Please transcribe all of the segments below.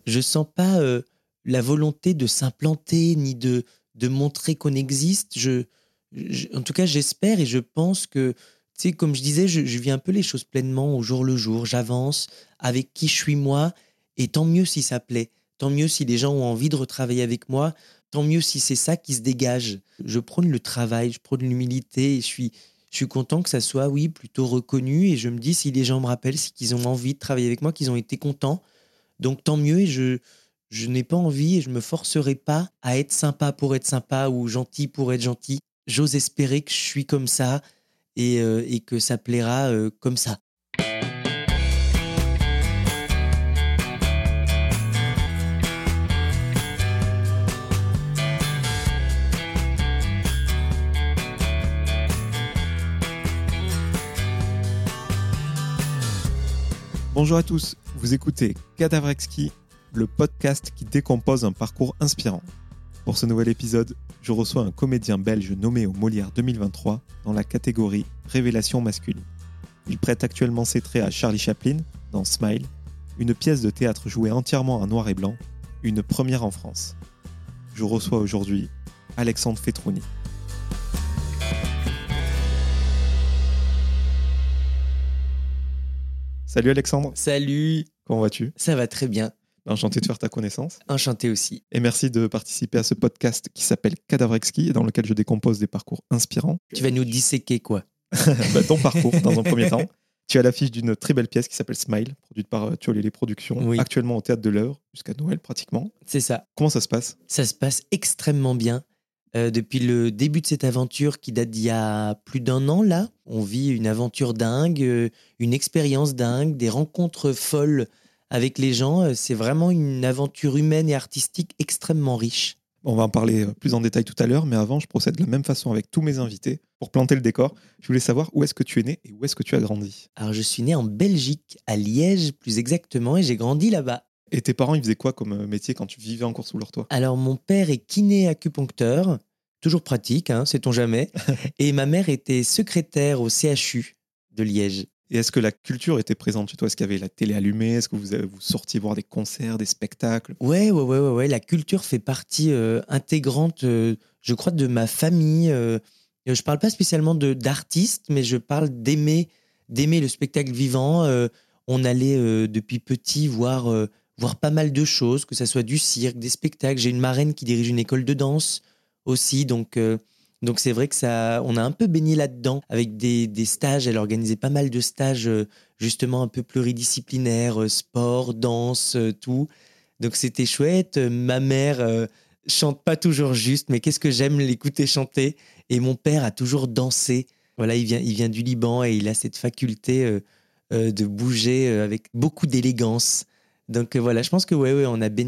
Je sens pas la volonté de s'implanter ni de montrer qu'on existe. En tout cas, j'espère et je pense que, tu sais, comme je disais, je vis un peu les choses pleinement au jour le jour. J'avance avec qui je suis moi et tant mieux si ça plaît. Tant mieux si les gens ont envie de retravailler avec moi. Tant mieux si c'est ça qui se dégage. Je prône le travail, je prône l'humilité et je suis content que ça soit, oui, plutôt reconnu. Et je me dis, si les gens me rappellent, c'est qu'ils ont envie de travailler avec moi, qu'ils ont été contents. Donc tant mieux et je n'ai pas envie et je me forcerai pas à être sympa ou gentil pour être gentil. J'ose espérer que je suis comme ça et que ça plaira comme ça. Bonjour à tous, vous écoutez Cadavrexki, le podcast qui décompose un parcours inspirant. Pour ce nouvel épisode, je reçois un comédien belge nommé au Molière 2023 dans la catégorie Révélation masculine. Il prête actuellement ses traits à Charlie Chaplin dans Smile, une pièce de théâtre jouée entièrement en noir et blanc, une première en France. Je reçois aujourd'hui Alexandre Fetrouni. Salut Alexandre. Salut, Comment vas-tu ? ça va très bien. Enchanté de faire ta connaissance. Enchanté aussi. Et merci de participer à ce podcast qui s'appelle Cadavrexki et dans lequel je décompose des parcours inspirants. Tu vas nous disséquer quoi? Ton parcours dans un premier temps. Tu es à l'affiche d'une très belle pièce qui s'appelle Smile, produite par Thiollet Productions, Oui. actuellement au Théâtre de l'Œuvre, jusqu'à Noël pratiquement. C'est ça. Comment ça se passe ? Ça se passe extrêmement bien. Depuis le début de cette aventure qui date d'il y a plus d'1 an, là, on vit une aventure dingue, une expérience dingue, des rencontres folles avec les gens. C'est vraiment une aventure humaine et artistique extrêmement riche. On va en parler plus en détail tout à l'heure, mais avant, je procède de la même façon avec tous mes invités. Pour planter le décor, je voulais savoir où est-ce que tu es né et où est-ce que tu as grandi. Alors, je suis né en Belgique, à Liège plus exactement, et j'ai grandi là-bas. Et tes parents, ils faisaient quoi comme métier quand tu vivais encore sous leur toit ? Alors, mon père est kiné-acupuncteur, toujours pratique, hein, sait-on jamais, et ma mère était secrétaire au CHU de Liège. Et est-ce que la culture était présente chez toi ? Est-ce qu'il y avait la télé allumée ? Est-ce que vous sortiez voir des concerts, des spectacles ? Ouais. La culture fait partie intégrante, je crois, de ma famille. Je parle pas spécialement d'artistes, mais je parle d'aimer le spectacle vivant. On allait depuis petit voir pas mal de choses, que ça soit du cirque, des spectacles. J'ai une marraine qui dirige une école de danse aussi, donc c'est vrai que ça, on a un peu baigné là-dedans avec des stages. Elle organisait pas mal de stages justement un peu pluridisciplinaires, sport, danse, tout. Donc c'était chouette. Ma mère chante pas toujours juste, mais qu'est-ce que j'aime l'écouter chanter. Et mon père a toujours dansé. Voilà, il vient du Liban et il a cette faculté de bouger avec beaucoup d'élégance. Donc voilà, je pense que ouais,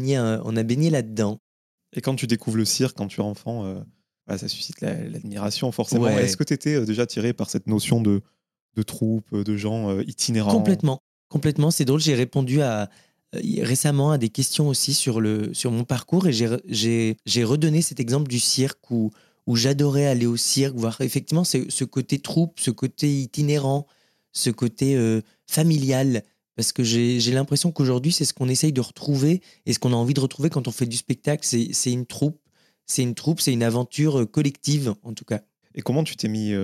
on a baigné là-dedans. Et quand tu découvres le cirque, quand tu es enfant, ça suscite l'admiration forcément. Ouais. Est-ce que tu étais déjà attiré par cette notion de troupe, de gens itinérants ? Complètement. C'est drôle, j'ai répondu récemment à des questions aussi sur mon parcours et j'ai redonné cet exemple du cirque où j'adorais aller au cirque, voir effectivement ce côté troupe, ce côté itinérant, ce côté familial. Parce que j'ai l'impression qu'aujourd'hui, c'est ce qu'on essaye de retrouver et ce qu'on a envie de retrouver quand on fait du spectacle. C'est une troupe, c'est une aventure collective en tout cas. Et comment tu t'es mis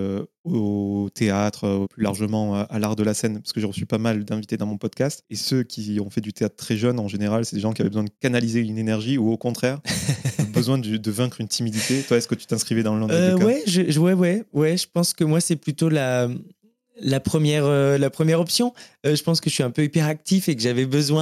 au théâtre, plus largement à l'art de la scène ? Parce que j'ai reçu pas mal d'invités dans mon podcast. Et ceux qui ont fait du théâtre très jeune, en général, c'est des gens qui avaient besoin de canaliser une énergie ou au contraire, besoin de vaincre une timidité. Toi, est-ce que tu t'inscrivais dans l'un des deux cas ? Ouais, je pense que moi, c'est plutôt la première option. Je pense que je suis un peu hyperactif et que j'avais besoin,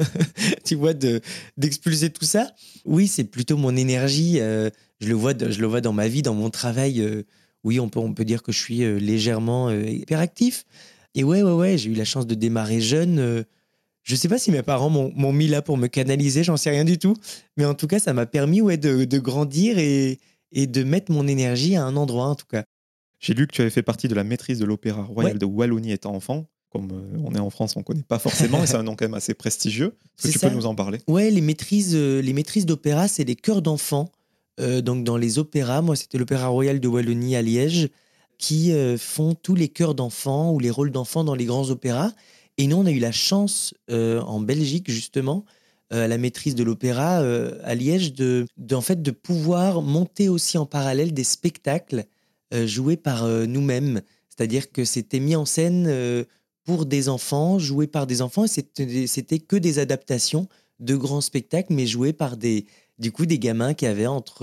tu vois, d'expulser tout ça. Oui, c'est plutôt mon énergie. Je le vois dans ma vie, dans mon travail. Oui, on peut dire que je suis légèrement hyperactif. Et ouais, j'ai eu la chance de démarrer jeune. Je sais pas si mes parents m'ont mis là pour me canaliser, j'en sais rien du tout. Mais en tout cas, ça m'a permis de grandir et de mettre mon énergie à un endroit, en tout cas. J'ai lu que tu avais fait partie de la maîtrise de l'Opéra Royal de Wallonie étant enfant. Comme on est en France, on ne connaît pas forcément, et c'est un nom quand même assez prestigieux. Est-ce que tu peux nous en parler ? Ouais, les maîtrises d'opéra, c'est les chœurs d'enfants. Donc dans les opéras, moi c'était l'Opéra Royal de Wallonie à Liège, qui font tous les chœurs d'enfants ou les rôles d'enfants dans les grands opéras. Et nous, on a eu la chance en Belgique, justement, à la maîtrise de l'opéra à Liège, en fait, de pouvoir monter aussi en parallèle des spectacles joués par nous-mêmes. C'est-à-dire que c'était mis en scène pour des enfants, joué par des enfants, et c'était que des adaptations de grands spectacles, mais joués par du coup, des gamins qui avaient entre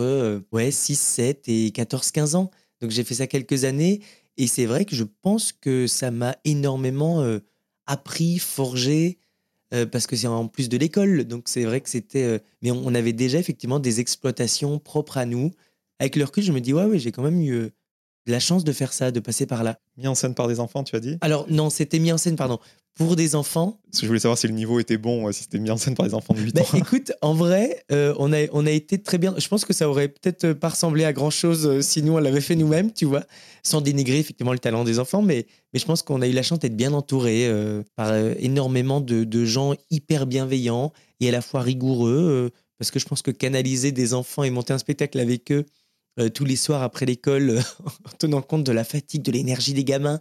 6, 7 et 14, 15 ans. Donc j'ai fait ça quelques années, et c'est vrai que je pense que ça m'a énormément appris, forgé, parce que c'est en plus de l'école. Donc c'est vrai que c'était... mais on avait déjà effectivement des exploitations propres à nous. Avec le recul, je me dis, ouais, j'ai quand même eu de la chance de faire ça, de passer par là. Mis en scène par des enfants, tu as dit? Alors non, c'était mis en scène, pardon, pour des enfants. Parce que je voulais savoir si le niveau était bon, si c'était mis en scène par des enfants de 8 Bah, ans. écoute, en vrai, on a été très bien. Je pense que ça aurait peut-être pas ressemblé à grand-chose si nous, on l'avait fait nous-mêmes, tu vois, sans dénigrer effectivement le talent des enfants, mais je pense qu'on a eu la chance d'être bien entouré par énormément de gens hyper bienveillants et à la fois rigoureux, parce que je pense que canaliser des enfants et monter un spectacle avec eux tous les soirs après l'école, en tenant compte de la fatigue, de l'énergie des gamins.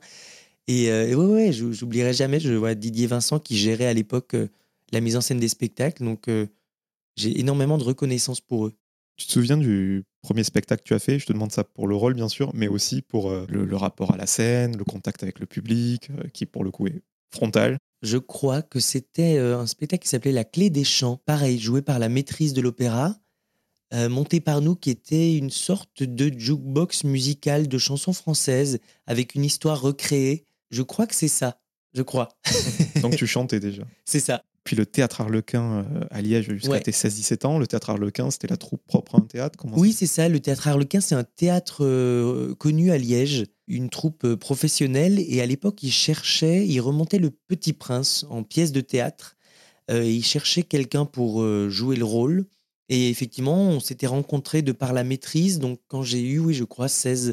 Et ouais, j'oublierai jamais, je vois Didier Vincent qui gérait à l'époque la mise en scène des spectacles. Donc, j'ai énormément de reconnaissance pour eux. Tu te souviens du premier spectacle que tu as fait? Je te demande ça pour le rôle, bien sûr, mais aussi pour le rapport à la scène, le contact avec le public, qui pour le coup est frontal. Je crois que c'était un spectacle qui s'appelait La Clé des Chants. Pareil, joué par la maîtrise de l'opéra, monté par nous, qui était une sorte de jukebox musical de chansons françaises avec une histoire recréée. Je crois que c'est ça. Je crois. Donc tu chantais déjà. C'est ça. Puis le théâtre Harlequin à Liège jusqu'à Ouais. tes 16-17 ans. Le théâtre Harlequin, c'était la troupe propre à un théâtre? Comment Oui, c'est ça. Le théâtre Harlequin, c'est un théâtre connu à Liège, une troupe professionnelle. Et à l'époque, ils remontaient Le Petit Prince en pièce de théâtre. Et ils cherchaient quelqu'un pour jouer le rôle. Et effectivement, on s'était rencontrés de par la maîtrise. Donc, quand j'ai eu, oui, je crois,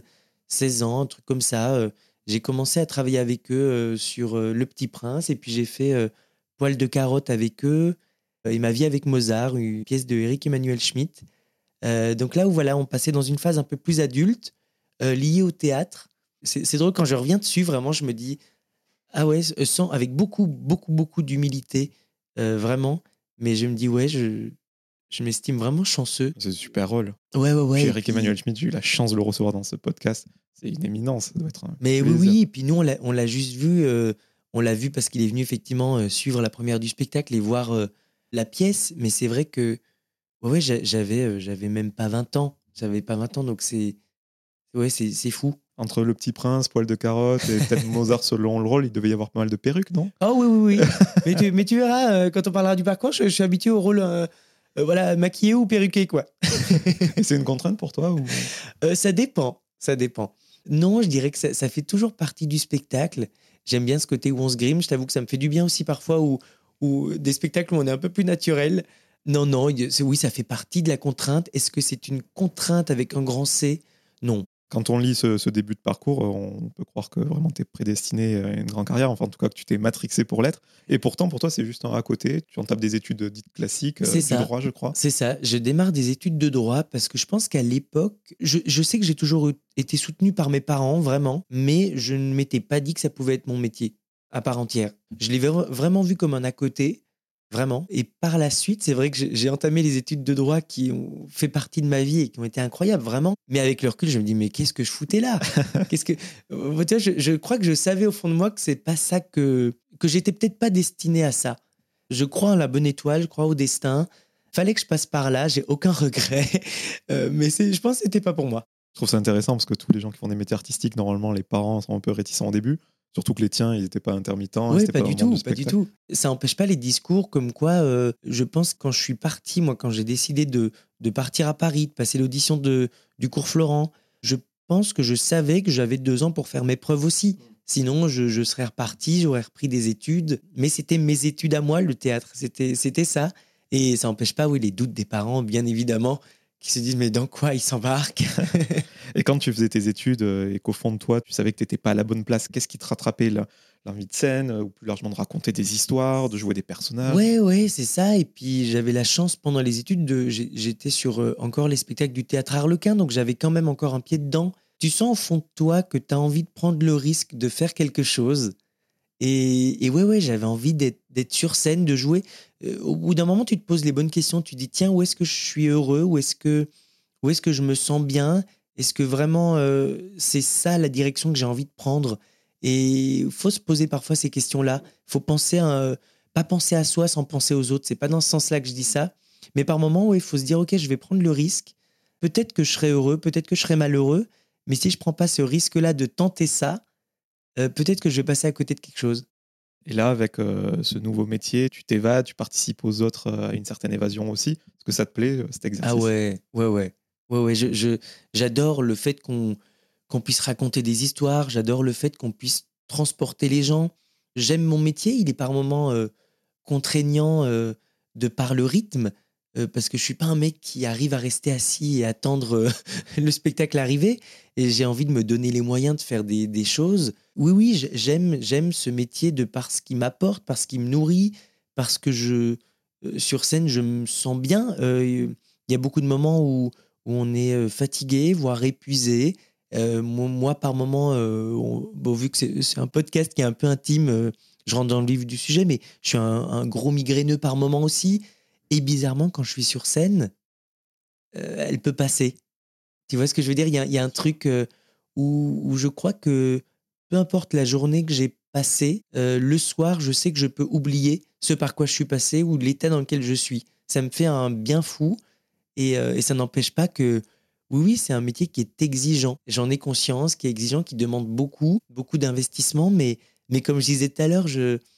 16 ans, un truc comme ça, j'ai commencé à travailler avec eux sur Le Petit Prince. Et puis, j'ai fait Poil de carotte avec eux. Et Ma vie avec Mozart, une pièce de Éric Emmanuel Schmitt. Donc là où voilà, on passait dans une phase un peu plus adulte, liée au théâtre. C'est drôle, quand je reviens dessus, vraiment, je me dis, ah ouais, avec beaucoup, beaucoup, beaucoup d'humilité, vraiment. Mais je me dis, ouais, je m'estime vraiment chanceux. C'est un super rôle. Ouais. Puis Et Eric puis- Emmanuel Schmitt, j'ai eu la chance de le recevoir dans ce podcast. C'est une éminence, ça doit être un Mais plaisir. oui, et puis nous, on l'a juste vu, on l'a vu parce qu'il est venu effectivement suivre la première du spectacle et voir la pièce. Mais c'est vrai que, ouais, j'avais même pas 20 ans. J'avais pas 20 ans, donc c'est fou. Entre Le Petit Prince, Poil de carotte et peut-être Mozart selon le rôle, il devait y avoir pas mal de perruques, non? Oh oui. mais tu verras, quand on parlera du parcours, je suis habitué au rôle voilà, maquillé ou perruqué, quoi. Et c'est une contrainte pour toi ou... Ça dépend, ça dépend. Non, je dirais que ça fait toujours partie du spectacle. J'aime bien ce côté où on se grime. Je t'avoue que ça me fait du bien aussi parfois, où des spectacles où on est un peu plus naturel. Non, oui, ça fait partie de la contrainte. Est-ce que c'est une contrainte avec un grand C? Non. Quand on lit ce début de parcours, on peut croire que vraiment tu es prédestiné à une grande carrière, enfin en tout cas que tu t'es matrixé pour l'être. Et pourtant, pour toi, c'est juste un à côté. Tu entames des études dites classiques, C'est du ça. droit, je crois. C'est ça. Je démarre des études de droit parce que je pense qu'à l'époque, je sais que j'ai toujours été soutenu par mes parents, vraiment, mais je ne m'étais pas dit que ça pouvait être mon métier à part entière. Je l'ai vraiment vu comme un à côté, vraiment. Et par la suite, c'est vrai que j'ai entamé les études de droit qui ont fait partie de ma vie et qui ont été incroyables, vraiment. Mais avec le recul, je me dis, mais qu'est-ce que je foutais là? Qu'est-ce que... Tu vois, je crois que je savais au fond de moi que c'est pas ça que j'étais peut-être pas destiné à ça. Je crois en la bonne étoile, je crois au destin. Fallait que je passe par là, j'ai aucun regret. Mais je pense que c'était pas pour moi. Je trouve ça intéressant parce que tous les gens qui font des métiers artistiques, normalement, les parents sont un peu réticents au début. Surtout que les tiens, ils n'étaient pas intermittents. Oui, c'était pas dans du le monde tout, pas du spectacle. tout. Ça n'empêche pas les discours comme quoi, je pense, quand je suis parti, moi, quand j'ai décidé de partir à Paris, de passer l'audition du cours Florent, je pense que je savais que j'avais 2 ans pour faire mes preuves aussi. Sinon, je serais reparti, j'aurais repris des études. Mais c'était mes études à moi, le théâtre. C'était ça. Et ça n'empêche pas, oui, les doutes des parents, bien évidemment, qui se disent, mais dans quoi ils s'embarquent? Et quand tu faisais tes études et qu'au fond de toi, tu savais que tu n'étais pas à la bonne place, qu'est-ce qui te rattrapait l'envie de scène ou plus largement de raconter des histoires, de jouer des personnages? Ouais, c'est ça. Et puis, j'avais la chance pendant les études j'étais sur encore les spectacles du théâtre Harlequin, donc j'avais quand même encore un pied dedans. Tu sens au fond de toi que tu as envie de prendre le risque de faire quelque chose. Et ouais, j'avais envie d'être sur scène, de jouer. au bout d'un moment, tu te poses les bonnes questions. Tu dis, tiens, où est-ce que je suis heureux? Où est-ce que je me sens bien? Est-ce que vraiment c'est ça la direction que j'ai envie de prendre? Et il faut se poser parfois ces questions-là. Il faut pas penser à soi sans penser aux autres. C'est pas dans ce sens-là que je dis ça. Mais par moments, il faut se dire, OK, je vais prendre le risque. Peut-être que je serai heureux, peut-être que je serai malheureux. Mais si je prends pas ce risque-là de tenter ça, peut-être que je vais passer à côté de quelque chose. Et là, avec ce nouveau métier, tu t'évades, tu participes aux autres à une certaine évasion aussi. Est-ce que ça te plaît, cet Ah exercice? ouais, ouais, ouais. Ouais, ouais, j'adore le fait qu'on puisse raconter des histoires, j'adore le fait qu'on puisse transporter les gens. J'aime mon métier, il est par moments contraignant de par le rythme, parce que je suis pas un mec qui arrive à rester assis et attendre le spectacle arriver, et j'ai envie de me donner les moyens de faire des choses. Oui, oui, j'aime ce métier de par ce qu'il m'apporte, parce qu'il me nourrit, parce que sur scène, je me sens bien. Il y a beaucoup de moments où on est fatigué, voire épuisé. Moi, par moments, bon, vu que c'est un podcast qui est un peu intime, je rentre dans le vif du sujet, mais je suis un gros migraineux par moment aussi. Et bizarrement, quand je suis sur scène, elle peut passer. Tu vois ce que je veux dire? Il y a un truc où je crois que peu importe la journée que j'ai passée, le soir, je sais que je peux oublier ce par quoi je suis passé ou l'état dans lequel je suis. Ça me fait un bien fou et ça n'empêche pas que, oui, oui, c'est un métier qui est exigeant. J'en ai conscience, qui est exigeant, qui demande beaucoup, beaucoup d'investissement, mais comme je disais tout à l'heure,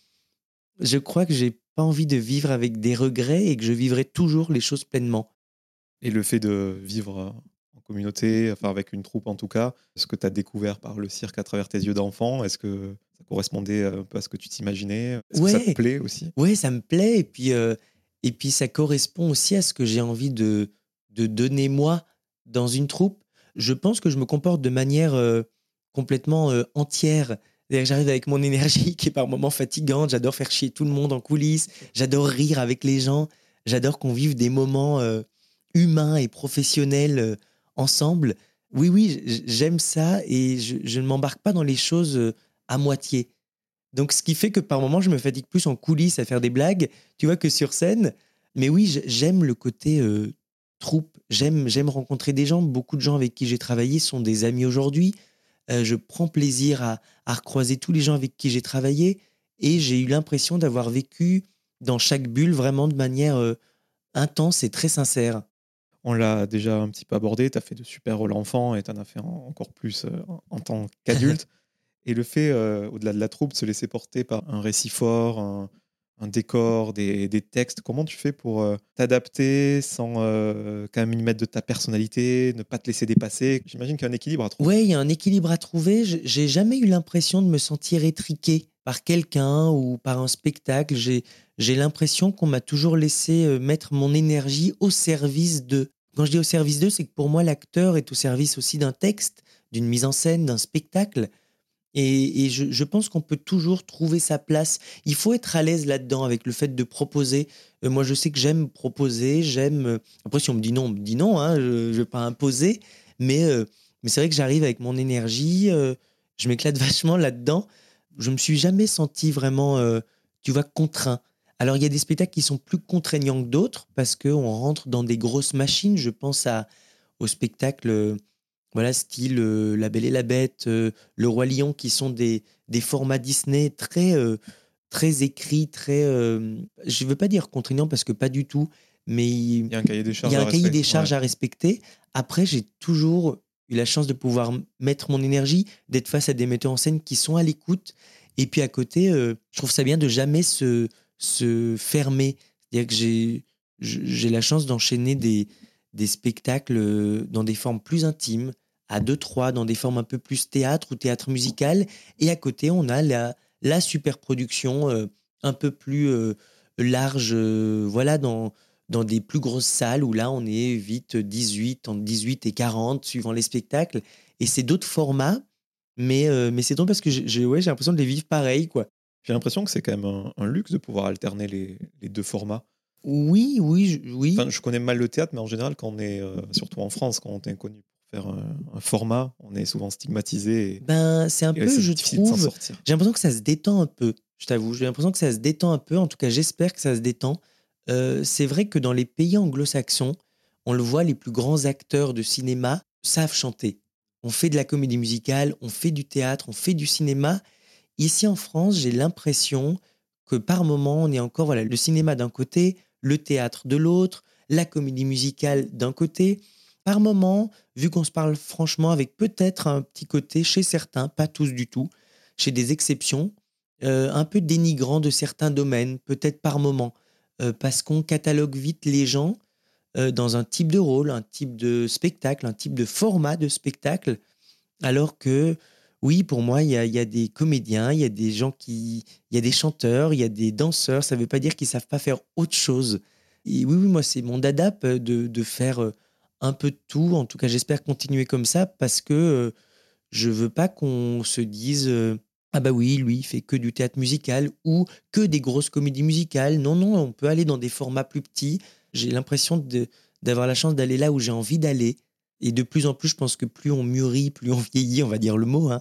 je crois que j'ai pas envie de vivre avec des regrets et que je vivrai toujours les choses pleinement. Et le fait de vivre en communauté, enfin avec une troupe en tout cas, ce que tu as découvert par le cirque à travers tes yeux d'enfant, est-ce que ça correspondait un peu à ce que tu t'imaginais? Est-ce que ça te Ouais, plaît aussi? ouais, ça me plaît. Et puis ça correspond aussi à ce que j'ai envie de donner moi dans une troupe. Je pense que je me comporte de manière complètement entière. C'est-à-dire que j'arrive avec mon énergie qui est par moments fatigante. J'adore faire chier tout le monde en coulisses. J'adore rire avec les gens. J'adore qu'on vive des moments humains et professionnels ensemble. Oui, oui, j'aime ça et je ne m'embarque pas dans les choses à moitié. Donc, ce qui fait que par moments, je me fatigue plus en coulisses à faire des blagues, tu vois, que sur scène. Mais oui, j'aime le côté troupe. J'aime rencontrer des gens. Beaucoup de gens avec qui j'ai travaillé sont des amis aujourd'hui. Je prends plaisir à recroiser tous les gens avec qui j'ai travaillé. Et j'ai eu l'impression d'avoir vécu dans chaque bulle vraiment de manière intense et très sincère. On l'a déjà un petit peu abordé, tu as fait de super rôles enfants et tu en as fait encore plus en tant qu'adulte. Et le fait, au-delà de la troupe, de se laisser porter par un récit fort, un décor, des textes, comment tu fais pour t'adapter sans quand même y mettre de ta personnalité, ne pas te laisser dépasser? J'imagine qu'il y a un équilibre à trouver. Ouais, il y a un équilibre à trouver. J'ai jamais eu l'impression de me sentir étriqué par quelqu'un ou par un spectacle. J'ai l'impression qu'on m'a toujours laissé mettre mon énergie au service d'eux. Quand je dis au service d'eux, c'est que pour moi, l'acteur est au service aussi d'un texte, d'une mise en scène, d'un spectacle. Et je pense qu'on peut toujours trouver sa place. Il faut être à l'aise là-dedans avec le fait de proposer. Moi, je sais que j'aime proposer, j'aime. Après, si on me dit non, on me dit non, hein, je ne vais pas imposer. Mais c'est vrai que j'arrive avec mon énergie, je m'éclate vachement là-dedans. Je me suis jamais senti vraiment, tu vois, contraint. Alors, il y a des spectacles qui sont plus contraignants que d'autres parce qu'on rentre dans des grosses machines. Je pense au spectacle. Voilà, style La Belle et la Bête, Le Roi Lion, qui sont des formats Disney très écrits, très. Je ne veux pas dire contraignants parce que pas du tout, mais Il y a un cahier des il y charges a à un cahier des respecter. Ouais. charges à respecter. Après, j'ai toujours eu la chance de pouvoir mettre mon énergie, d'être face à des metteurs en scène qui sont à l'écoute. Et puis à côté, je trouve ça bien de jamais se fermer. C'est-à-dire que j'ai la chance d'enchaîner des spectacles dans des formes plus intimes, à deux, trois, dans des formes un peu plus théâtre ou théâtre musical. Et à côté, on a la super production un peu plus large, voilà, dans des plus grosses salles où là, on est vite 18, entre 18 et 40, suivant les spectacles. Et c'est d'autres formats, mais c'est drôle parce que ouais, j'ai l'impression de les vivre pareil, quoi. J'ai l'impression que c'est quand même un luxe de pouvoir alterner les deux formats. Oui, oui, oui. Enfin, je connais mal le théâtre, mais en général, quand on est, surtout en France, quand on est connu pour faire un format, on est souvent stigmatisé Ben, c'est un et peu, c'est je difficile de s'en trouve, sortir. j'ai l'impression que ça se détend un peu, je t'avoue. J'ai l'impression que ça se détend un peu. En tout cas, j'espère que ça se détend. C'est vrai que dans les pays anglo-saxons, on le voit, les plus grands acteurs de cinéma savent chanter. On fait de la comédie musicale, on fait du théâtre, on fait du cinéma. Ici en France, j'ai l'impression que par moment, on est encore voilà, le cinéma d'un côté, le théâtre de l'autre, la comédie musicale d'un côté. Par moment, vu qu'on se parle franchement, avec peut-être un petit côté chez certains, pas tous du tout, chez des exceptions, un peu dénigrant de certains domaines, peut-être par moment, parce qu'on catalogue vite les gens dans un type de rôle, un type de spectacle, un type de format de spectacle, alors que, oui, pour moi, il y a des comédiens, il y a des gens il y a des chanteurs, il y a des danseurs. Ça ne veut pas dire qu'ils ne savent pas faire autre chose. Et oui, oui, moi, c'est mon dada de faire un peu de tout. En tout cas, j'espère continuer comme ça parce que je veux pas qu'on se dise ah bah oui, lui, il fait que du théâtre musical ou que des grosses comédies musicales. Non, non, on peut aller dans des formats plus petits. J'ai l'impression d'avoir la chance d'aller là où j'ai envie d'aller. Et de plus en plus, je pense que plus on mûrit, plus on vieillit, on va dire le mot, hein.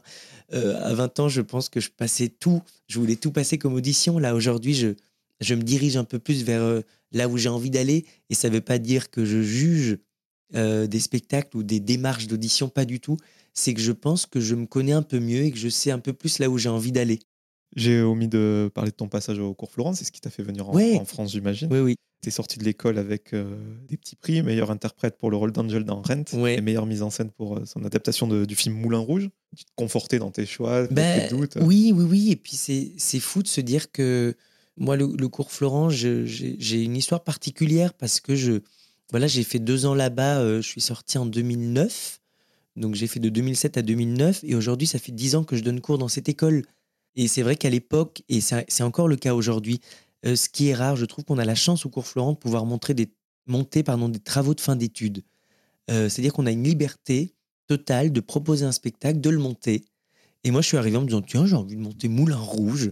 À 20 ans, je pense que je passais tout. Je voulais tout passer comme audition. Là, aujourd'hui, je me dirige un peu plus vers là où j'ai envie d'aller. Et ça ne veut pas dire que je juge des spectacles ou des démarches d'audition, pas du tout. C'est que je pense que je me connais un peu mieux et que je sais un peu plus là où j'ai envie d'aller. J'ai omis de parler de ton passage au cours Florent, c'est ce qui t'a fait venir en Ouais, France, j'imagine. oui, oui, Tu es sorti de l'école avec des petits prix, meilleur interprète pour le rôle d'Angel dans Rent et ouais. meilleure mise en scène pour son adaptation du film Moulin Rouge. Tu te confortais dans tes choix, tes Ben, doutes. oui, oui, oui. Et puis c'est fou de se dire que moi, le cours Florent, j'ai une histoire particulière parce que voilà, j'ai fait 2 ans là-bas. Je suis sorti en 2009. Donc j'ai fait de 2007 à 2009. Et aujourd'hui, ça fait 10 ans que je donne cours dans cette école. Et c'est vrai qu'à l'époque, et c'est encore le cas aujourd'hui, ce qui est rare, je trouve qu'on a la chance au cours Florent de pouvoir monter des travaux de fin d'études. C'est-à-dire qu'on a une liberté totale de proposer un spectacle, de le monter. Et moi, je suis arrivé en me disant, tiens, j'ai envie de monter Moulin Rouge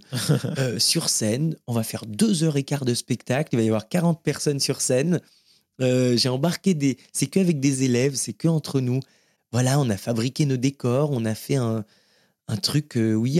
sur scène. On va faire 2 heures et quart de spectacle. Il va y avoir 40 personnes sur scène. J'ai embarqué C'est qu'avec des élèves, c'est que entre nous. Voilà, on a fabriqué nos décors, on a fait un truc, oui,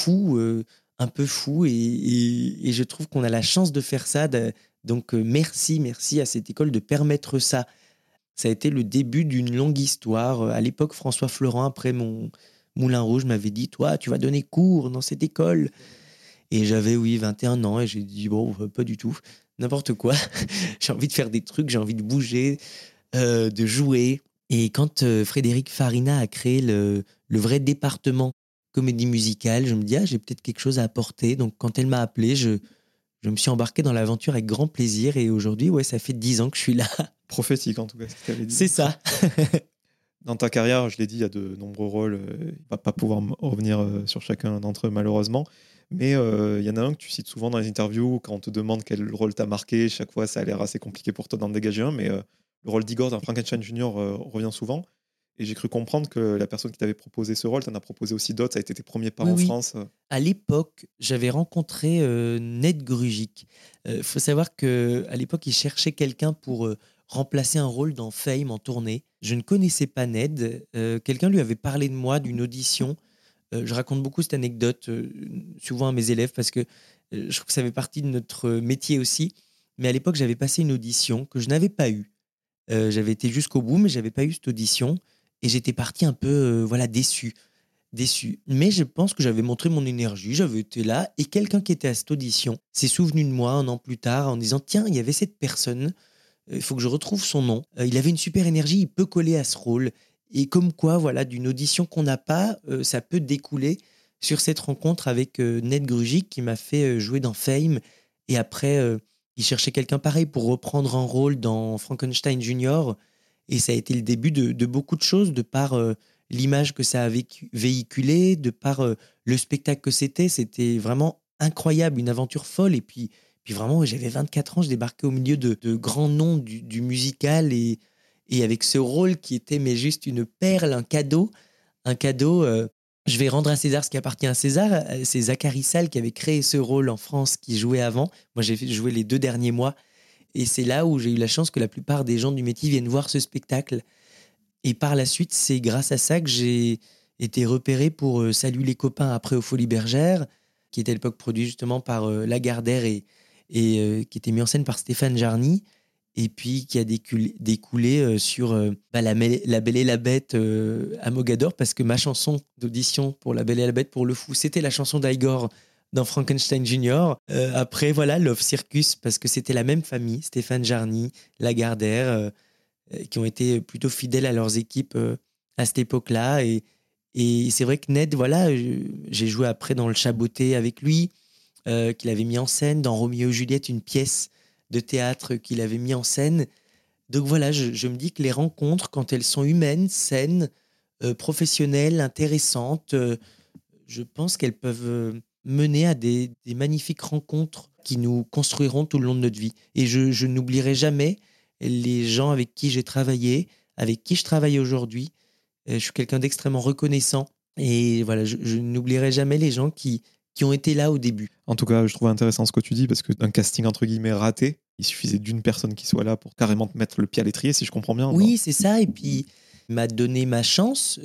un peu fou. Et je trouve qu'on a la chance de faire ça. Donc, merci, merci à cette école de permettre ça. Ça a été le début d'une longue histoire. À l'époque, François Florent, après mon Moulin Rouge, m'avait dit, toi, tu vas donner cours dans cette école. Et j'avais, oui, 21 ans. Et j'ai dit, bon, pas du tout. N'importe quoi. J'ai envie de faire des trucs, j'ai envie de bouger, de jouer. Et quand Frédéric Farina a créé le vrai département comédie musicale, je me dis, ah, j'ai peut-être quelque chose à apporter. Donc, quand elle m'a appelé, je me suis embarqué dans l'aventure avec grand plaisir. Et aujourd'hui, ouais, ça fait 10 ans que je suis là. Prophétique en tout cas, c'est ce que tu avais dit. C'est ça. Dans ta carrière, je l'ai dit, il y a de nombreux rôles. Il ne va pas pouvoir revenir sur chacun d'entre eux, malheureusement. Mais il y en a un que tu cites souvent dans les interviews, quand on te demande quel rôle t'as marqué. Chaque fois, ça a l'air assez compliqué pour toi d'en dégager un. Mais le rôle d'Igor dans Frankenstein Junior revient souvent. Et j'ai cru comprendre que la personne qui t'avait proposé ce rôle, t'en as proposé aussi d'autres. Ça a été tes premiers pas Oui, en oui. France. À l'époque, j'avais rencontré Ned Grugic. Il faut savoir qu'à l'époque, il cherchait quelqu'un pour remplacer un rôle dans Fame en tournée. Je ne connaissais pas Ned. Quelqu'un lui avait parlé de moi, d'une audition. Je raconte beaucoup cette anecdote, souvent à mes élèves, parce que je trouve que ça fait partie de notre métier aussi. Mais à l'époque, j'avais passé une audition que je n'avais pas eue. J'avais été jusqu'au bout, mais j'avais pas eu cette audition. Et j'étais parti un peu voilà, déçu. Mais je pense que j'avais montré mon énergie, j'avais été là, et quelqu'un qui était à cette audition s'est souvenu de moi 1 an plus tard en disant, tiens, il y avait cette personne, il faut que je retrouve son nom. Il avait une super énergie, il peut coller à ce rôle. Et comme quoi, voilà, d'une audition qu'on n'a pas, ça peut découler sur cette rencontre avec Ned Grugic qui m'a fait jouer dans Fame. Et après, il cherchait quelqu'un pareil pour reprendre un rôle dans Frankenstein Junior. Et ça a été le début de beaucoup de choses, de par l'image que ça a véhiculé, de par le spectacle que c'était. C'était vraiment incroyable, une aventure folle. Et puis vraiment, j'avais 24 ans, je débarquais au milieu de grands noms du musical et avec ce rôle qui était mais juste une perle, un cadeau. Un cadeau, je vais rendre à César ce qui appartient à César. C'est Zachary Sall qui avait créé ce rôle en France, qui jouait avant. Moi, j'ai joué les 2 derniers mois. Et c'est là où j'ai eu la chance que la plupart des gens du métier viennent voir ce spectacle. Et par la suite, c'est grâce à ça que j'ai été repéré pour Salut les copains après aux Folies Bergères, qui était à l'époque produit justement par Lagardère et qui était mis en scène par Stéphane Jarny, et puis qui a découlé sur la Belle et la Bête à Mogador, parce que ma chanson d'audition pour La Belle et la Bête pour Le Fou, c'était la chanson d'Igor dans Frankenstein Junior. Après, voilà, Love Circus, parce que c'était la même famille, Stéphane Jarny, Lagardère, qui ont été plutôt fidèles à leurs équipes à cette époque-là. Et c'est vrai que Ned, voilà, j'ai joué après dans Le Chaboté avec lui, qu'il avait mis en scène, dans Roméo et Juliette, une pièce de théâtre qu'il avait mis en scène. Donc voilà, je me dis que les rencontres, quand elles sont humaines, saines, professionnelles, intéressantes, je pense qu'elles peuvent mener à des magnifiques rencontres qui nous construiront tout le long de notre vie. Et je n'oublierai jamais les gens avec qui j'ai travaillé, avec qui je travaille aujourd'hui. Je suis quelqu'un d'extrêmement reconnaissant. Et voilà, je n'oublierai jamais les gens qui ont été là au début. En tout cas, je trouve intéressant ce que tu dis parce que d'un casting entre guillemets raté, il suffisait d'une personne qui soit là pour carrément te mettre le pied à l'étrier, si je comprends bien. Non. Oui, c'est ça. Et puis, il m'a donné ma chance.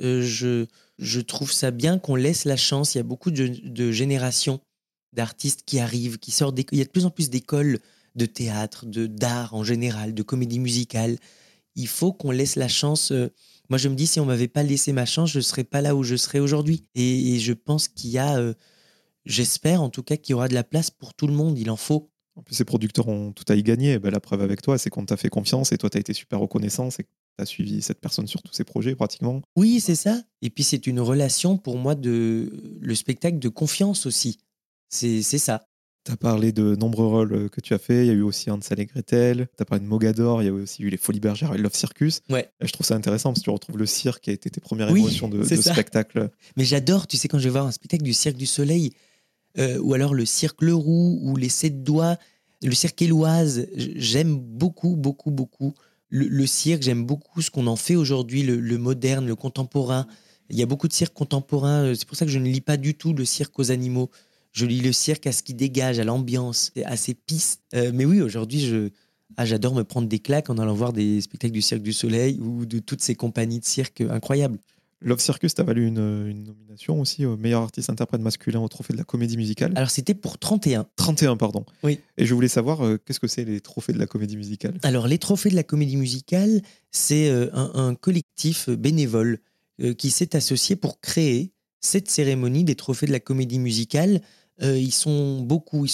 Je trouve ça bien qu'on laisse la chance. Il y a beaucoup de générations d'artistes qui arrivent, qui sortent. Il y a de plus en plus d'écoles de théâtre, d'art en général, de comédie musicale. Il faut qu'on laisse la chance. Moi, je me dis, si on m'avait pas laissé ma chance, je ne serais pas là où je serais aujourd'hui. Et je pense qu'il y a, j'espère en tout cas, qu'il y aura de la place pour tout le monde. Il en faut. En plus, ces producteurs ont tout à y gagner. Ben, la preuve avec toi, c'est qu'on t'a fait confiance et toi, tu as été super reconnaissant. C'est que tu as suivi cette personne sur tous ses projets pratiquement. Oui, c'est ça. Et puis, c'est une relation pour moi le spectacle de confiance aussi. C'est ça. Tu as parlé de nombreux rôles que tu as fait. Il y a eu aussi Hansel et Gretel. Tu as parlé de Mogador. Il y a aussi eu les Folies Bergères et Love Circus. Ouais. Et je trouve ça intéressant parce que tu retrouves le cirque qui a été tes premières Oui, émotions de c'est ça. spectacle. Mais j'adore, tu sais, quand je vais voir un spectacle du Cirque du Soleil, ou alors le Cirque Le Roux, ou les Sept Doigts, le Cirque Éloise, j'aime beaucoup, beaucoup, beaucoup le cirque. J'aime beaucoup ce qu'on en fait aujourd'hui, le moderne, le contemporain. Il y a beaucoup de cirques contemporains. C'est pour ça que je ne lis pas du tout le cirque aux animaux. Je lis le cirque à ce qui dégage, à l'ambiance, à ses pistes. Mais oui, aujourd'hui, j'adore me prendre des claques en allant voir des spectacles du Cirque du Soleil ou de toutes ces compagnies de cirque incroyables. Love Circus t'a valu une nomination aussi au meilleur artiste interprète masculin au trophée de la comédie musicale. Alors, c'était pour 31. 31, pardon. Oui. Et je voulais savoir, qu'est-ce que c'est les trophées de la comédie musicale? Alors, les trophées de la comédie musicale, c'est un collectif bénévole qui s'est associé pour créer cette cérémonie des trophées de la comédie musicale. Ils sont beaucoup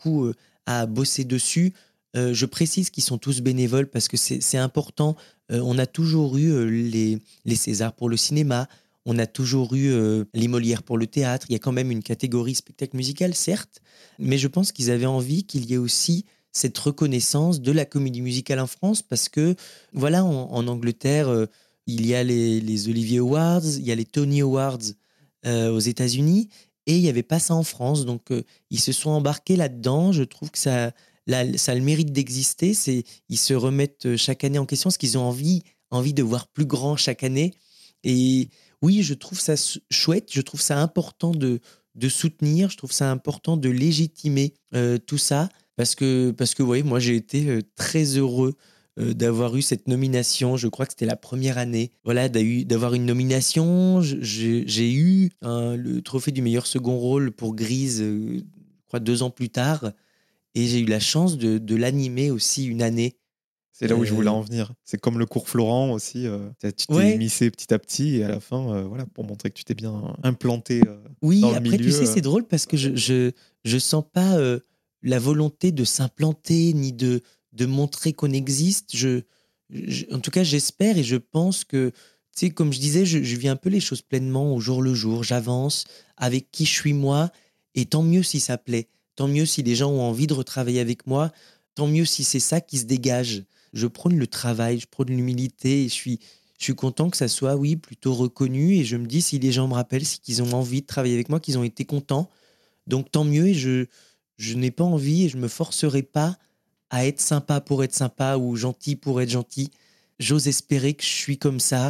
à bosser dessus. Je précise qu'ils sont tous bénévoles parce que c'est important. On a toujours eu les Césars pour le cinéma, on a toujours eu les Molières pour le théâtre. Il y a quand même une catégorie spectacle musical, certes, mais je pense qu'ils avaient envie qu'il y ait aussi cette reconnaissance de la comédie musicale en France parce que, voilà, en Angleterre, il y a les Olivier Awards, il y a les Tony Awards aux États-Unis, et il n'y avait pas ça en France. Donc, ils se sont embarqués là-dedans. Je trouve que ça a le mérite d'exister. Ils se remettent chaque année en question parce qu'ils ont envie de voir plus grand chaque année. Et oui, je trouve ça chouette, je trouve ça important de soutenir, je trouve ça important de légitimer tout ça. Parce que ouais, moi, j'ai été très heureux d'avoir eu cette nomination. Je crois que c'était la première année. Voilà, d'avoir une nomination. J'ai eu le trophée du meilleur second rôle pour Grise, je crois, 2 ans plus tard. Et j'ai eu la chance de l'animer aussi une année. C'est là où je voulais en venir. C'est comme le cours Florent aussi. Tu t'es Ouais. émissé petit à petit et à la fin, voilà, pour montrer que tu t'es bien implanté Oui, dans le après, milieu. tu sais, c'est drôle parce que je sens pas la volonté de s'implanter ni de montrer qu'on existe. En tout cas, j'espère et je pense que, tu sais, comme je disais, je vis un peu les choses pleinement au jour le jour. J'avance avec qui je suis moi, et tant mieux si ça plaît. Tant mieux si les gens ont envie de retravailler avec moi. Tant mieux si c'est ça qui se dégage. Je prône le travail, je prône l'humilité et je suis content que ça soit, oui, plutôt reconnu. Et je me dis, si les gens me rappellent, c'est qu'ils ont envie de travailler avec moi, qu'ils ont été contents. Donc tant mieux. Et je n'ai pas envie et je me forcerai pas à être sympa pour être sympa ou gentil pour être gentil. J'ose espérer que je suis comme ça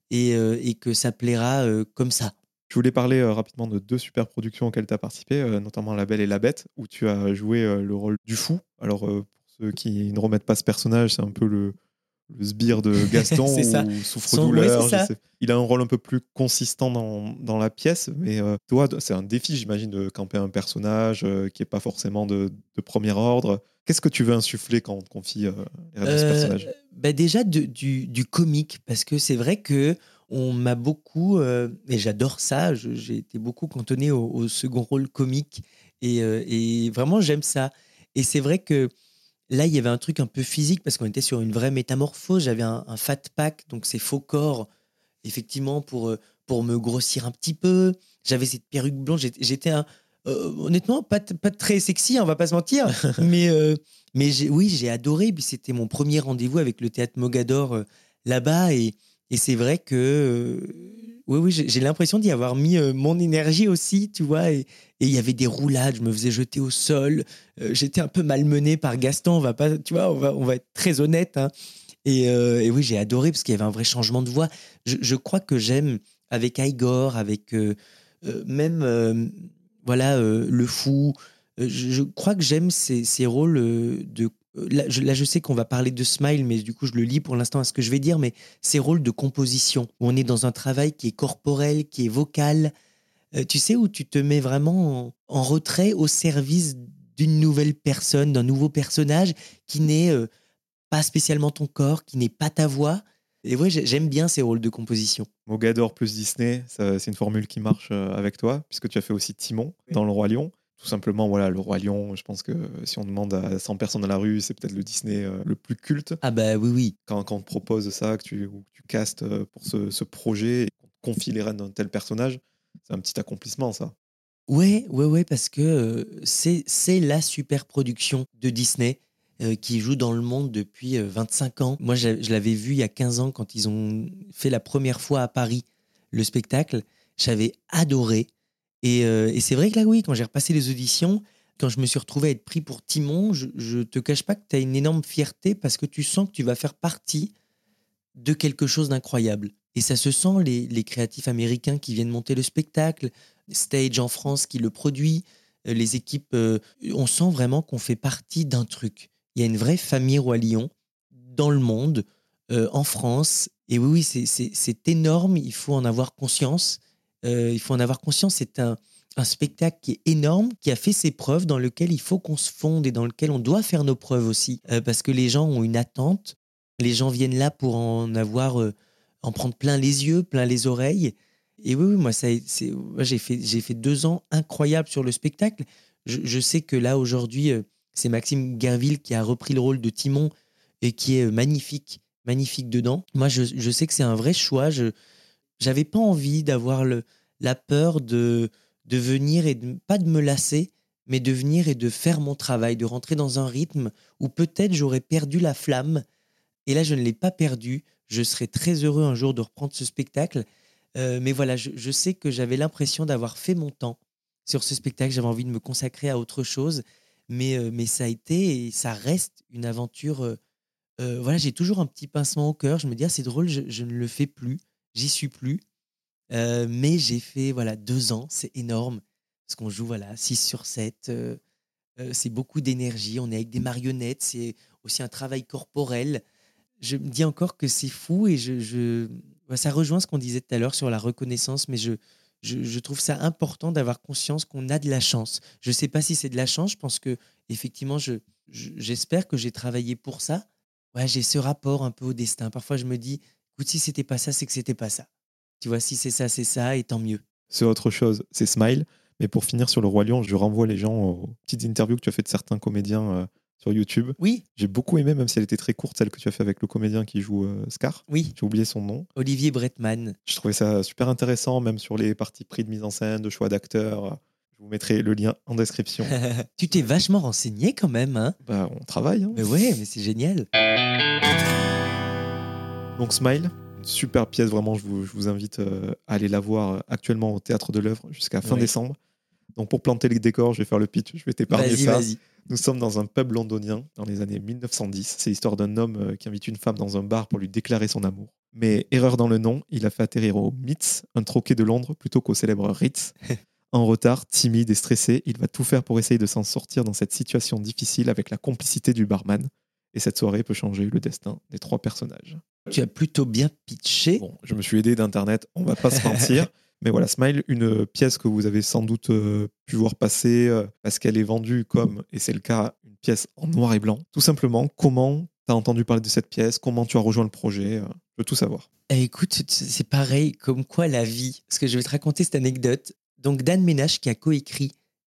et que ça plaira comme ça. Je voulais parler rapidement de 2 super productions auxquelles tu as participé, notamment La Belle et la Bête, où tu as joué le rôle du fou. Alors, pour ceux qui ne remettent pas ce personnage, c'est un peu le sbire de Gaston C'est ça. ou souffre-douleur. Ouais, c'est ça. Il a un rôle un peu plus consistant dans la pièce, mais toi, c'est un défi, j'imagine, de camper un personnage qui n'est pas forcément de premier ordre. Qu'est-ce que tu veux insuffler quand on te confie les rênes de ce personnage? Déjà du comique, parce que c'est vrai que on m'a beaucoup, et j'adore ça, j'ai été beaucoup cantonné au second rôle comique, et vraiment j'aime ça. Et c'est vrai que là, il y avait un truc un peu physique, parce qu'on était sur une vraie métamorphose. J'avais un fat pack, donc c'est faux corps, effectivement, pour me grossir un petit peu. J'avais cette perruque blonde, j'étais honnêtement pas très sexy, hein, on va pas se mentir, mais oui, j'ai adoré. Puis c'était mon premier rendez-vous avec le théâtre Mogador là-bas, et c'est vrai que oui, oui, j'ai l'impression d'y avoir mis mon énergie aussi, tu vois. Et il y avait des roulades, je me faisais jeter au sol. J'étais un peu malmené par Gaston, on va pas, tu vois, on va être très honnête, hein. Et oui, j'ai adoré parce qu'il y avait un vrai changement de voix. Je crois que j'aime avec Igor, avec même voilà, le fou. Je crois que j'aime ces rôles de. Là, je sais qu'on va parler de Smile, mais du coup, je le lis pour l'instant à ce que je vais dire, mais ces rôles de composition, où on est dans un travail qui est corporel, qui est vocal, tu sais, où tu te mets vraiment en retrait au service d'une nouvelle personne, d'un nouveau personnage qui n'est pas spécialement ton corps, qui n'est pas ta voix. Et ouais, j'aime bien ces rôles de composition. Mogador plus Disney, c'est une formule qui marche avec toi, puisque tu as fait aussi Timon dans Le Roi Lion. Tout simplement, voilà, Le Roi Lion, je pense que si on demande à 100 personnes dans la rue, c'est peut-être le Disney le plus culte. Ah bah oui, oui. Quand on te propose ça, ou que tu castes pour ce projet, et qu'on te confie les rênes d'un tel personnage, c'est un petit accomplissement, ça. Ouais, ouais, ouais, parce que c'est la super production de Disney qui joue dans le monde depuis 25 ans. Moi, je l'avais vu il y a 15 ans quand ils ont fait la première fois à Paris le spectacle. J'avais adoré. Et c'est vrai que là, oui, quand j'ai repassé les auditions, quand je me suis retrouvé à être pris pour Timon, je te cache pas que tu as une énorme fierté parce que tu sens que tu vas faire partie de quelque chose d'incroyable. Et ça se sent, les créatifs américains qui viennent monter le spectacle, Stage en France qui le produit, les équipes, on sent vraiment qu'on fait partie d'un truc. Il y a une vraie famille Roi Lion dans le monde, en France. Et oui, oui, c'est énorme, il faut en avoir conscience. Il faut en avoir conscience, c'est un spectacle qui est énorme, qui a fait ses preuves, dans lequel il faut qu'on se fonde et dans lequel on doit faire nos preuves aussi. Parce que les gens ont une attente, les gens viennent là pour en prendre plein les yeux, plein les oreilles. Et oui, oui, moi, moi, j'ai fait 2 ans incroyables sur le spectacle. Je sais que là, aujourd'hui, c'est Maxime Gerville qui a repris le rôle de Timon et qui est magnifique, magnifique dedans. Moi, je sais que c'est un vrai choix. J'avais pas envie d'avoir la peur de venir et pas de me lasser, mais de venir et de faire mon travail, de rentrer dans un rythme où peut-être j'aurais perdu la flamme. Et là, je ne l'ai pas perdu. Je serais très heureux un jour de reprendre ce spectacle. Mais voilà, je sais que j'avais l'impression d'avoir fait mon temps sur ce spectacle. J'avais envie de me consacrer à autre chose. Mais ça a été et ça reste une aventure. Voilà, j'ai toujours un petit pincement au cœur. Je me dis, ah, c'est drôle, je ne le fais plus. J'y suis plus. Mais j'ai fait voilà 2 ans. C'est énorme. Parce qu'on joue voilà 6 sur 7. C'est beaucoup d'énergie. On est avec des marionnettes. C'est aussi un travail corporel. Je me dis encore que c'est fou et ouais, ça rejoint ce qu'on disait tout à l'heure sur la reconnaissance, mais je trouve ça important d'avoir conscience qu'on a de la chance. Je ne sais pas si c'est de la chance, je pense que effectivement, j'espère que j'ai travaillé pour ça. Ouais, j'ai ce rapport un peu au destin. Parfois, je me dis, écoute, si c'était pas ça, c'est que c'était pas ça. Tu vois, si c'est ça, et tant mieux. C'est autre chose, c'est Smile. Mais pour finir sur Le Roi Lion, je renvoie les gens aux petites interviews que tu as fait de certains comédiens sur YouTube. Oui, J'ai beaucoup aimé, même si elle était très courte, celle que tu as fait avec le comédien qui joue Scar. oui, J'ai oublié son nom. Olivier Bretman. Je trouvais ça super intéressant, même sur les parties pris de mise en scène, de choix d'acteurs. Je vous mettrai le lien en description. Tu t'es vachement renseigné quand même, hein? Bah, on travaille. Hein. Mais ouais, mais c'est génial. Donc Smile, une super pièce, vraiment, je vous invite à aller la voir actuellement au Théâtre de l'Œuvre jusqu'à fin Ouais. décembre. Donc pour planter les décors, je vais faire le pitch, je vais t'épargner Vas-y, ça. vas-y. Nous sommes dans un pub londonien dans les années 1910. C'est l'histoire d'un homme qui invite une femme dans un bar pour lui déclarer son amour. Mais erreur dans le nom, il a fait atterrir au Mitz, un troquet de Londres, plutôt qu'au célèbre Ritz. En retard, timide et stressé, il va tout faire pour essayer de s'en sortir dans cette situation difficile avec la complicité du barman. et cette soirée peut changer le destin des 3 personnages. Tu as plutôt bien pitché. Bon, je me suis aidé d'Internet, on va pas se mentir. Mais voilà, Smile, une pièce que vous avez sans doute pu voir passer parce qu'elle est vendue comme, et c'est le cas, une pièce en noir et blanc. Tout simplement, comment tu as entendu parler de cette pièce, comment tu as rejoint le projet, je veux tout savoir. Écoute, c'est pareil, comme quoi la vie. Parce que je vais te raconter cette anecdote. Donc, Dan Ménage, qui a coécrit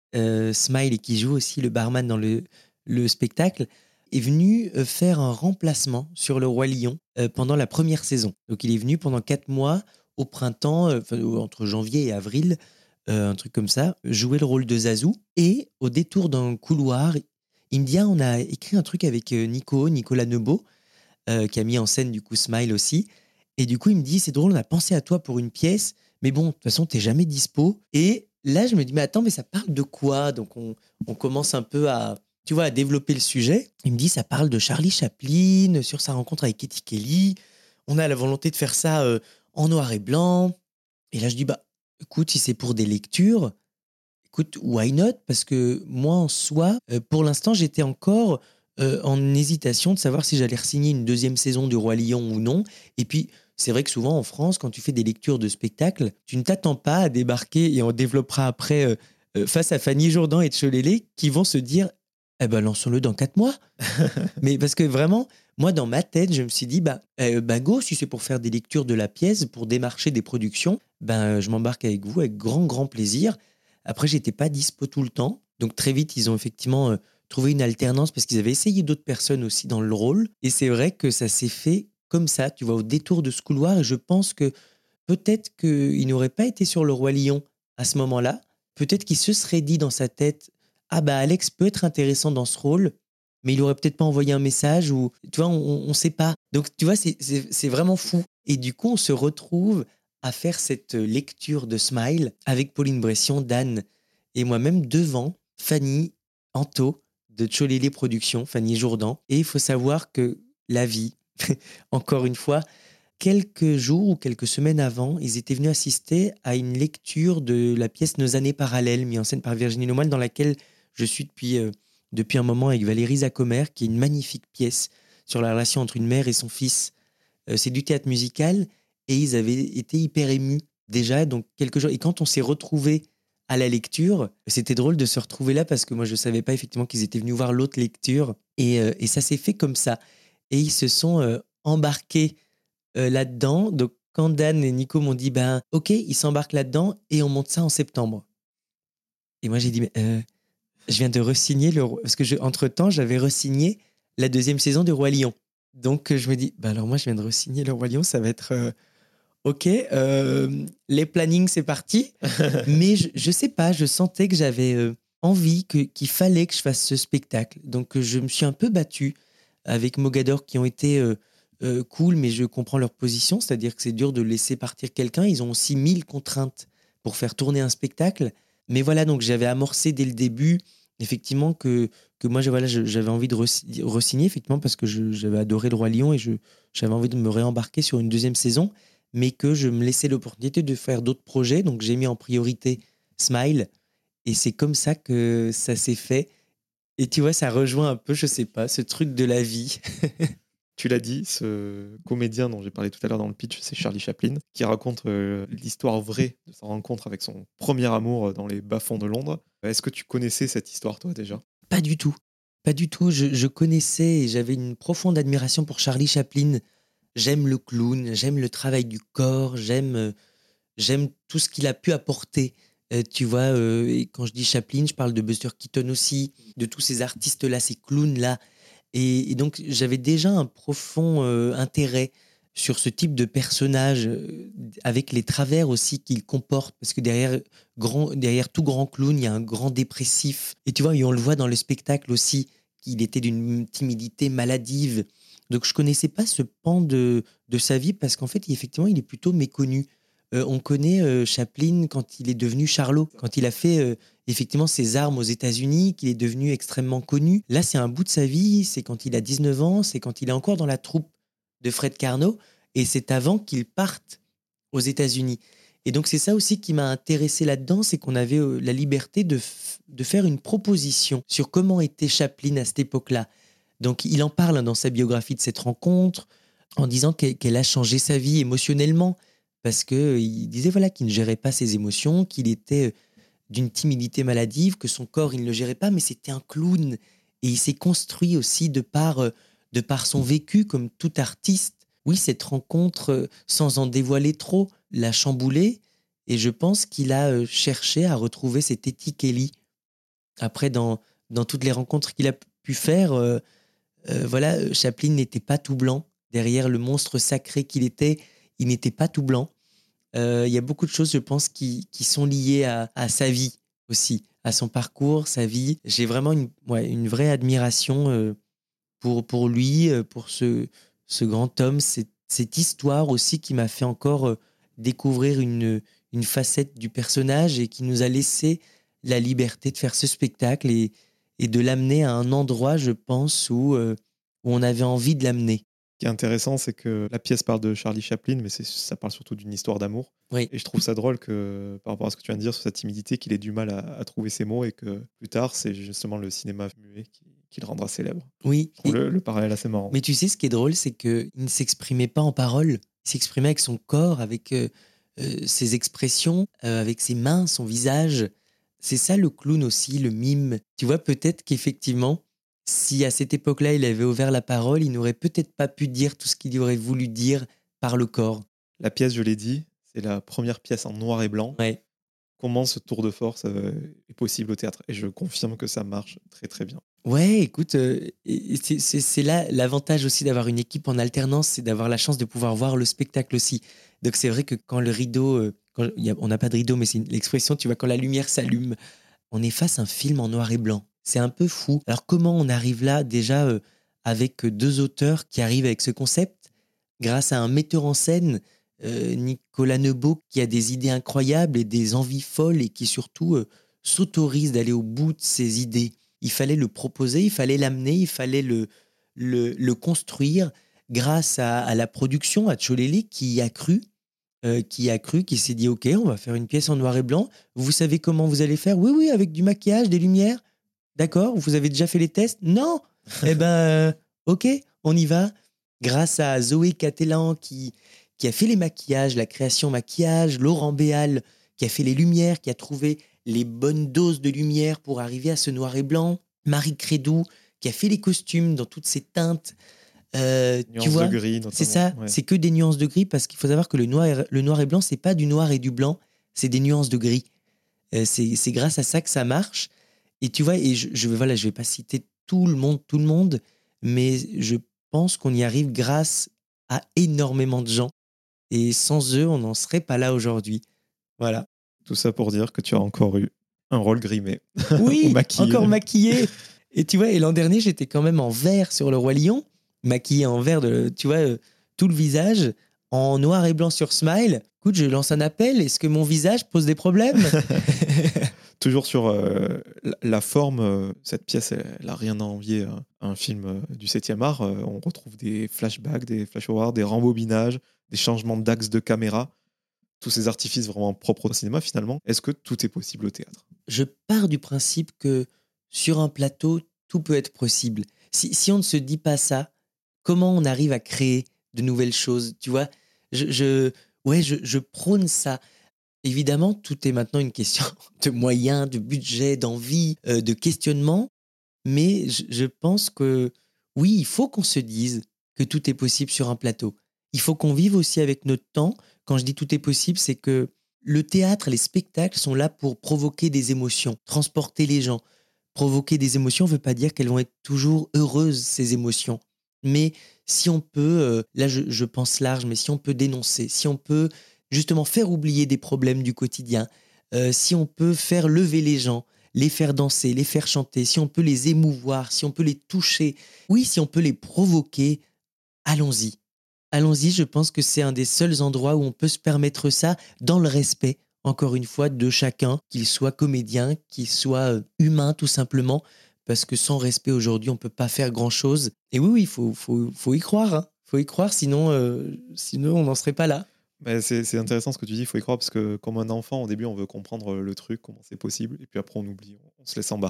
Smile et qui joue aussi le barman dans le spectacle, est venu faire un remplacement sur Le Roi Lion pendant la première saison. Donc, il est venu pendant 4 mois au printemps, entre janvier et avril, un truc comme ça, jouer le rôle de Zazu. Et au détour d'un couloir, il me dit on a écrit un truc avec Nicolas Nebo, qui a mis en scène du coup Smile aussi. Et du coup, il me dit c'est drôle, on a pensé à toi pour une pièce, mais bon, de toute façon, t'es jamais dispo. Et là, je me dis mais attends, mais ça parle de quoi? Donc, on commence un peu à développer le sujet. Il me dit ça parle de Charlie Chaplin, sur sa rencontre avec Katie Kelly. On a la volonté de faire ça en noir et blanc. Et là, je dis, bah, écoute, si c'est pour des lectures, écoute, why not? Parce que moi, en soi, pour l'instant, j'étais encore en hésitation de savoir si j'allais re-signer une deuxième saison du Roi Lion ou non. Et puis, c'est vrai que souvent, en France, quand tu fais des lectures de spectacles, tu ne t'attends pas à débarquer, et on développera après, face à Fanny Jourdan et Tcholélé, qui vont se dire, eh ben, lançons-le dans 4 mois. Mais parce que vraiment, moi, dans ma tête, je me suis dit, go, si c'est pour faire des lectures de la pièce, pour démarcher des productions, je m'embarque avec vous, avec grand, grand plaisir. Après, j'étais pas dispo tout le temps. Donc, très vite, ils ont effectivement trouvé une alternance parce qu'ils avaient essayé d'autres personnes aussi dans le rôle. Et c'est vrai que ça s'est fait comme ça, tu vois, au détour de ce couloir. Et je pense que peut-être qu'il n'aurait pas été sur Le Roi Lion à ce moment-là. Peut-être qu'il se serait dit dans sa tête, ah bah Alex peut être intéressant dans ce rôle, mais il aurait peut-être pas envoyé un message ou tu vois, on sait pas. Donc tu vois, c'est vraiment fou. Et du coup, on se retrouve à faire cette lecture de Smile avec Pauline Bression, Dan et moi-même devant Fanny Anto de Tcholélé Productions, Fanny Jourdan. Et il faut savoir que la vie, encore une fois, quelques jours ou quelques semaines avant, ils étaient venus assister à une lecture de la pièce Nos années parallèles, mise en scène par Virginie Lemoine, dans laquelle je suis depuis un moment avec Valérie Zacomer, qui est une magnifique pièce sur la relation entre une mère et son fils. C'est du théâtre musical et ils avaient été hyper émus déjà, donc quelques jours. Et quand on s'est retrouvés à la lecture, c'était drôle de se retrouver là parce que moi je ne savais pas effectivement qu'ils étaient venus voir l'autre lecture et ça s'est fait comme ça. Et ils se sont embarqués là-dedans. Donc quand Dan et Nico m'ont dit ok, ils s'embarquent là-dedans et on monte ça en septembre. Et moi j'ai dit je viens de re-signer parce que entre-temps, j'avais re-signé la deuxième saison de Roi Lion. Donc, je me dis, alors moi, je viens de re-signer le Roi Lion, ça va être OK. Les plannings, c'est parti. Mais je sais pas, je sentais que j'avais envie, qu'il fallait que je fasse ce spectacle. Donc, je me suis un peu battu avec Mogador qui ont été cool, mais je comprends leur position. C'est-à-dire que c'est dur de laisser partir quelqu'un. Ils ont aussi 1000 contraintes pour faire tourner un spectacle. Mais voilà, donc j'avais amorcé dès le début, effectivement, que moi, j'avais envie de re-signer, effectivement, parce que j'avais adoré Le Roi Lion et j'avais envie de me réembarquer sur une deuxième saison, mais que je me laissais l'opportunité de faire d'autres projets. Donc, j'ai mis en priorité Smile et c'est comme ça que ça s'est fait. Et tu vois, ça rejoint un peu, je sais pas, ce truc de la vie. Tu l'as dit, ce comédien dont j'ai parlé tout à l'heure dans le pitch, c'est Charlie Chaplin, qui raconte l'histoire vraie de sa rencontre avec son premier amour dans les bas-fonds de Londres. Est-ce que tu connaissais cette histoire, toi, déjà? Pas du tout. Pas du tout. Je connaissais et j'avais une profonde admiration pour Charlie Chaplin. J'aime le clown, j'aime le travail du corps, j'aime tout ce qu'il a pu apporter. Tu vois, et quand je dis Chaplin, je parle de Buster Keaton aussi, de tous ces artistes-là, ces clowns-là. Et donc, j'avais déjà un profond intérêt sur ce type de personnage, avec les travers aussi qu'il comporte. Parce que derrière tout grand clown, il y a un grand dépressif. Et tu vois, et on le voit dans le spectacle aussi, qu'il était d'une timidité maladive. Donc, je connaissais pas ce pan de sa vie parce qu'en fait, effectivement, il est plutôt méconnu. On connaît Chaplin quand il est devenu Charlot, quand il a fait effectivement ses armes aux États-Unis, qu'il est devenu extrêmement connu. Là, c'est un bout de sa vie, c'est quand il a 19 ans, c'est quand il est encore dans la troupe de Fred Carnot, et c'est avant qu'il parte aux États-Unis. Et donc, c'est ça aussi qui m'a intéressé là-dedans, c'est qu'on avait la liberté de faire une proposition sur comment était Chaplin à cette époque-là. Donc, il en parle dans sa biographie de cette rencontre, en disant qu'elle a changé sa vie émotionnellement, parce qu'il disait voilà, qu'il ne gérait pas ses émotions, qu'il était d'une timidité maladive, que son corps, il ne le gérait pas, mais c'était un clown. Et il s'est construit aussi de par son vécu, comme tout artiste. Oui, cette rencontre, sans en dévoiler trop, l'a chamboulé. Et je pense qu'il a cherché à retrouver cette éthique Ellie. Après, dans toutes les rencontres qu'il a pu faire, voilà, Chaplin n'était pas tout blanc. Derrière le monstre sacré qu'il était, il n'était pas tout blanc. Il y a beaucoup de choses, je pense, qui sont liées à sa vie aussi, à son parcours, sa vie. J'ai vraiment une vraie admiration pour lui, pour ce grand homme, cette histoire aussi qui m'a fait encore découvrir une facette du personnage et qui nous a laissé la liberté de faire ce spectacle et de l'amener à un endroit, je pense, où on avait envie de l'amener. Ce qui est intéressant, c'est que la pièce parle de Charlie Chaplin, mais ça parle surtout d'une histoire d'amour. Oui. Et je trouve ça drôle que, par rapport à ce que tu viens de dire sur sa timidité, qu'il ait du mal à trouver ses mots et que plus tard, c'est justement le cinéma muet qui le rendra célèbre. Oui. Je trouve le parallèle assez marrant. Mais tu sais, ce qui est drôle, c'est qu'il ne s'exprimait pas en parole. Il s'exprimait avec son corps, avec ses expressions, avec ses mains, son visage. C'est ça le clown aussi, le mime. Tu vois, peut-être qu'effectivement, si à cette époque-là, il avait ouvert la parole, il n'aurait peut-être pas pu dire tout ce qu'il aurait voulu dire par le corps. La pièce, je l'ai dit, c'est la première pièce en noir et blanc. Ouais. Comment ce tour de force est possible au théâtre? Et je confirme que ça marche très très bien. Ouais, écoute, c'est là l'avantage aussi d'avoir une équipe en alternance, c'est d'avoir la chance de pouvoir voir le spectacle aussi. Donc c'est vrai que quand le rideau, on n'a pas de rideau, mais c'est l'expression, tu vois, quand la lumière s'allume, on est face à un film en noir et blanc. C'est un peu fou. Alors comment on arrive là déjà avec deux auteurs qui arrivent avec ce concept, grâce à un metteur en scène, Nicolas Nebaud, qui a des idées incroyables et des envies folles et qui surtout s'autorise d'aller au bout de ses idées. Il fallait le proposer, il fallait l'amener, il fallait le construire grâce à la production, à Tcholélé, qui y a cru, qui s'est dit « Ok, on va faire une pièce en noir et blanc. Vous savez comment vous allez faire ? Oui, oui, avec du maquillage, des lumières. D'accord, vous avez déjà fait les tests ? Non. Eh ben, ok, on y va. » Grâce à Zoé Catelan qui a fait les maquillages, la création maquillage, Laurent Béal qui a fait les lumières, qui a trouvé les bonnes doses de lumière pour arriver à ce noir et blanc, Marie Crédou qui a fait les costumes dans toutes ces teintes. Tu vois, de gris, notamment. c'est ça, Ouais. c'est que des nuances de gris parce qu'il faut savoir que le noir et blanc, c'est pas du noir et du blanc, c'est des nuances de gris. C'est grâce à ça que ça marche. Et tu vois, et je vais pas citer tout le monde, mais je pense qu'on y arrive grâce à énormément de gens. Et sans eux, on n'en serait pas là aujourd'hui. Voilà. Tout ça pour dire que tu as encore eu un rôle grimé. Oui, Ou maquillé. encore maquillé. Et tu vois, et l'an dernier, j'étais quand même en vert sur le Roi Lion, maquillé en vert, tu vois, tout le visage, en noir et blanc sur Smile. Écoute, je lance un appel. Est-ce que mon visage pose des problèmes ? Toujours sur la forme, cette pièce, elle n'a rien à envier à un film du 7e art. On retrouve des flashbacks, des flash-forwards, des rembobinages, des changements d'axe de caméra. Tous ces artifices vraiment propres au cinéma, finalement. Est-ce que tout est possible au théâtre ? Je pars du principe que sur un plateau, tout peut être possible. Si on ne se dit pas ça, comment on arrive à créer de nouvelles choses ? Tu vois, je prône ça. Évidemment, tout est maintenant une question de moyens, de budget, d'envie, de questionnement. Mais je pense que oui, il faut qu'on se dise que tout est possible sur un plateau. Il faut qu'on vive aussi avec notre temps. Quand je dis tout est possible, c'est que le théâtre, les spectacles sont là pour provoquer des émotions, transporter les gens. Provoquer des émotions ne veut pas dire qu'elles vont être toujours heureuses, ces émotions. Mais si on peut, là je pense large, mais si on peut dénoncer, si on peut justement faire oublier des problèmes du quotidien, si on peut faire lever les gens, les faire danser, les faire chanter, si on peut les émouvoir, si on peut les toucher, oui, si on peut les provoquer, allons-y. Allons-y, je pense que c'est un des seuls endroits où on peut se permettre ça dans le respect, encore une fois, de chacun, qu'il soit comédien, qu'il soit humain tout simplement, parce que sans respect aujourd'hui, on ne peut pas faire grand-chose. Et oui, il faut y croire. Hein. Faut y croire, sinon on n'en serait pas là. Mais c'est intéressant ce que tu dis, il faut y croire, parce que comme un enfant, au début, on veut comprendre le truc, comment c'est possible, et puis après, on oublie, on se laisse embarquer.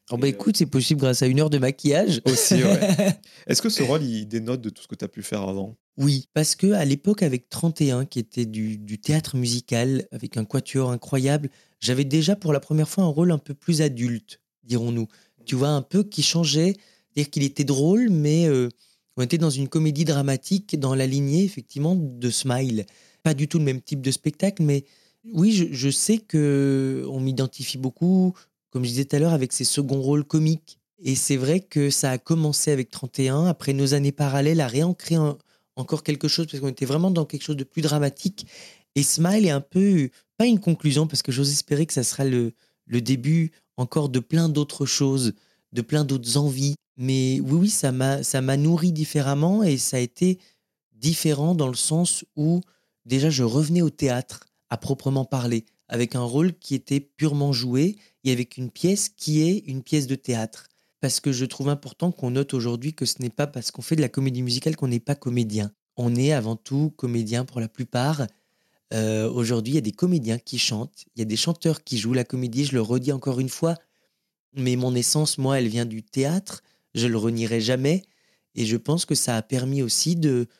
Oh bah écoute, c'est possible grâce à 1 heure de maquillage. Aussi, ouais. Est-ce que ce rôle, il dénote de tout ce que tu as pu faire avant? Oui, parce que à l'époque, avec 31, qui était du théâtre musical, avec un quatuor incroyable, j'avais déjà pour la première fois un rôle un peu plus adulte, dirons-nous. Tu vois, un peu qui changeait, c'est-à-dire qu'il était drôle, mais on était dans une comédie dramatique dans la lignée, effectivement, de Smile. Pas du tout le même type de spectacle, mais oui, je sais que on m'identifie beaucoup, comme je disais tout à l'heure, avec ces seconds rôles comiques. Et c'est vrai que ça a commencé avec 31, après nos années parallèles, à réancrer encore quelque chose, parce qu'on était vraiment dans quelque chose de plus dramatique. Et Smile est un peu, pas une conclusion, parce que j'ose espérer que ça sera le début encore de plein d'autres choses, de plein d'autres envies. Mais oui, oui, ça m'a nourri différemment, et ça a été différent dans le sens où déjà je revenais au théâtre à proprement parler, avec un rôle qui était purement joué et avec une pièce qui est une pièce de théâtre. Parce que je trouve important qu'on note aujourd'hui que ce n'est pas parce qu'on fait de la comédie musicale qu'on n'est pas comédien. On est avant tout comédien pour la plupart. Aujourd'hui, il y a des comédiens qui chantent, il y a des chanteurs qui jouent la comédie, je le redis encore une fois, mais mon essence, moi, elle vient du théâtre, je le renierai jamais, et je pense que ça a permis aussi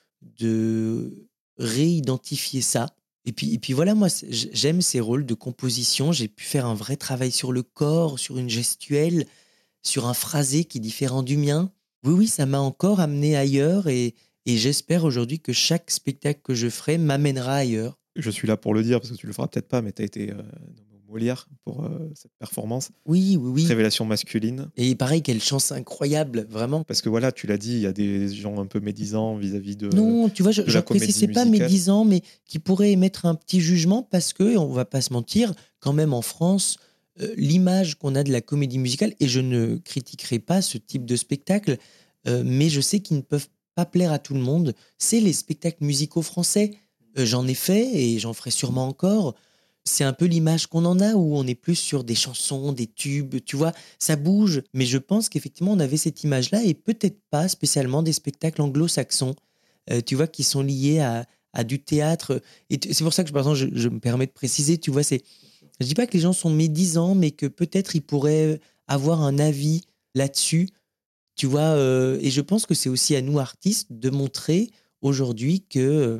de réidentifier ça. Et puis voilà, moi, j'aime ces rôles de composition, j'ai pu faire un vrai travail sur le corps, sur une gestuelle, sur un phrasé qui est différent du mien. Oui, oui, ça m'a encore amené ailleurs, et j'espère aujourd'hui que chaque spectacle que je ferai m'amènera ailleurs. Je suis là pour le dire parce que tu le feras peut-être pas, mais tu as été nommé au Molière pour cette performance. Oui, oui, oui. Révélation masculine. Et pareil, quelle chance incroyable, vraiment. Parce que voilà, tu l'as dit, il y a des gens un peu médisants vis-à-vis Non, tu vois, de la comédie j'apprécie, c'est pas musicale. médisant, mais qui pourrait émettre un petit jugement parce que, on va pas se mentir, quand même en France, l'image qu'on a de la comédie musicale, et je ne critiquerai pas ce type de spectacle, mais je sais qu'ils ne peuvent pas plaire à tout le monde, c'est les spectacles musicaux français. J'en ai fait et j'en ferai sûrement encore. C'est un peu l'image qu'on en a, où on est plus sur des chansons, des tubes, tu vois, ça bouge. Mais je pense qu'effectivement, on avait cette image-là, et peut-être pas spécialement des spectacles anglo-saxons, tu vois, qui sont liés à du théâtre. Et c'est pour ça que, par exemple, je me permets de préciser, tu vois, je dis pas que les gens sont médisants, mais que peut-être ils pourraient avoir un avis là-dessus, tu vois. Et je pense que c'est aussi à nous, artistes, de montrer aujourd'hui que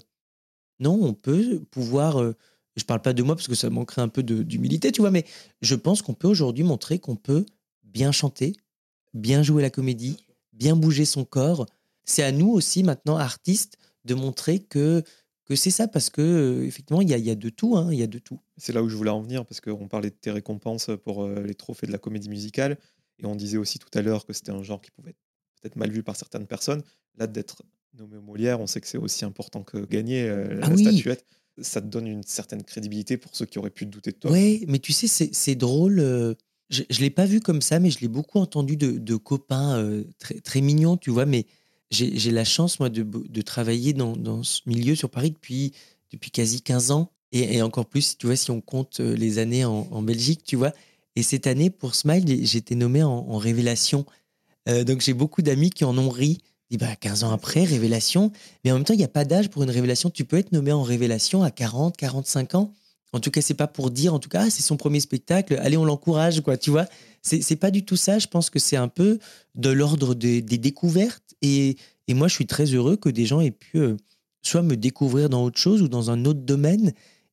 non, on peut pouvoir. Je parle pas de moi parce que ça manquerait un peu d'humilité, tu vois, mais je pense qu'on peut aujourd'hui montrer qu'on peut bien chanter, bien jouer la comédie, bien bouger son corps. C'est à nous aussi, maintenant, artistes, de montrer que c'est ça, parce que effectivement, il y a de tout, hein, il y a de tout. C'est là où je voulais en venir, parce qu'on parlait de tes récompenses pour les trophées de la comédie musicale, et on disait aussi tout à l'heure que c'était un genre qui pouvait être peut-être mal vu par certaines personnes. Là, d'être nommé au Molière, on sait que c'est aussi important que gagner Ah la oui, statuette. Ça te donne une certaine crédibilité pour ceux qui auraient pu douter de toi. ouais, mais tu sais, c'est drôle. Je l'ai pas vu comme ça, mais je l'ai beaucoup entendu de copains très, très mignons, tu vois. Mais j'ai la chance, moi, de travailler dans ce milieu sur Paris depuis quasi 15 ans. Et encore plus, tu vois, si on compte les années en Belgique, tu vois. Et cette année, pour Smile, j'ai été nommé en révélation. Donc j'ai beaucoup d'amis qui en ont ri. Ils disent, bah, 15 ans après, révélation. Mais en même temps, il n'y a pas d'âge pour une révélation. Tu peux être nommé en révélation à 40, 45 ans. En tout cas, c'est pas pour dire, en tout cas, ah, c'est son premier spectacle, allez, on l'encourage, quoi, tu vois. C'est pas du tout ça. Je pense que c'est un peu de l'ordre des découvertes. Et moi, je suis très heureux que des gens aient pu soit me découvrir dans autre chose ou dans un autre domaine.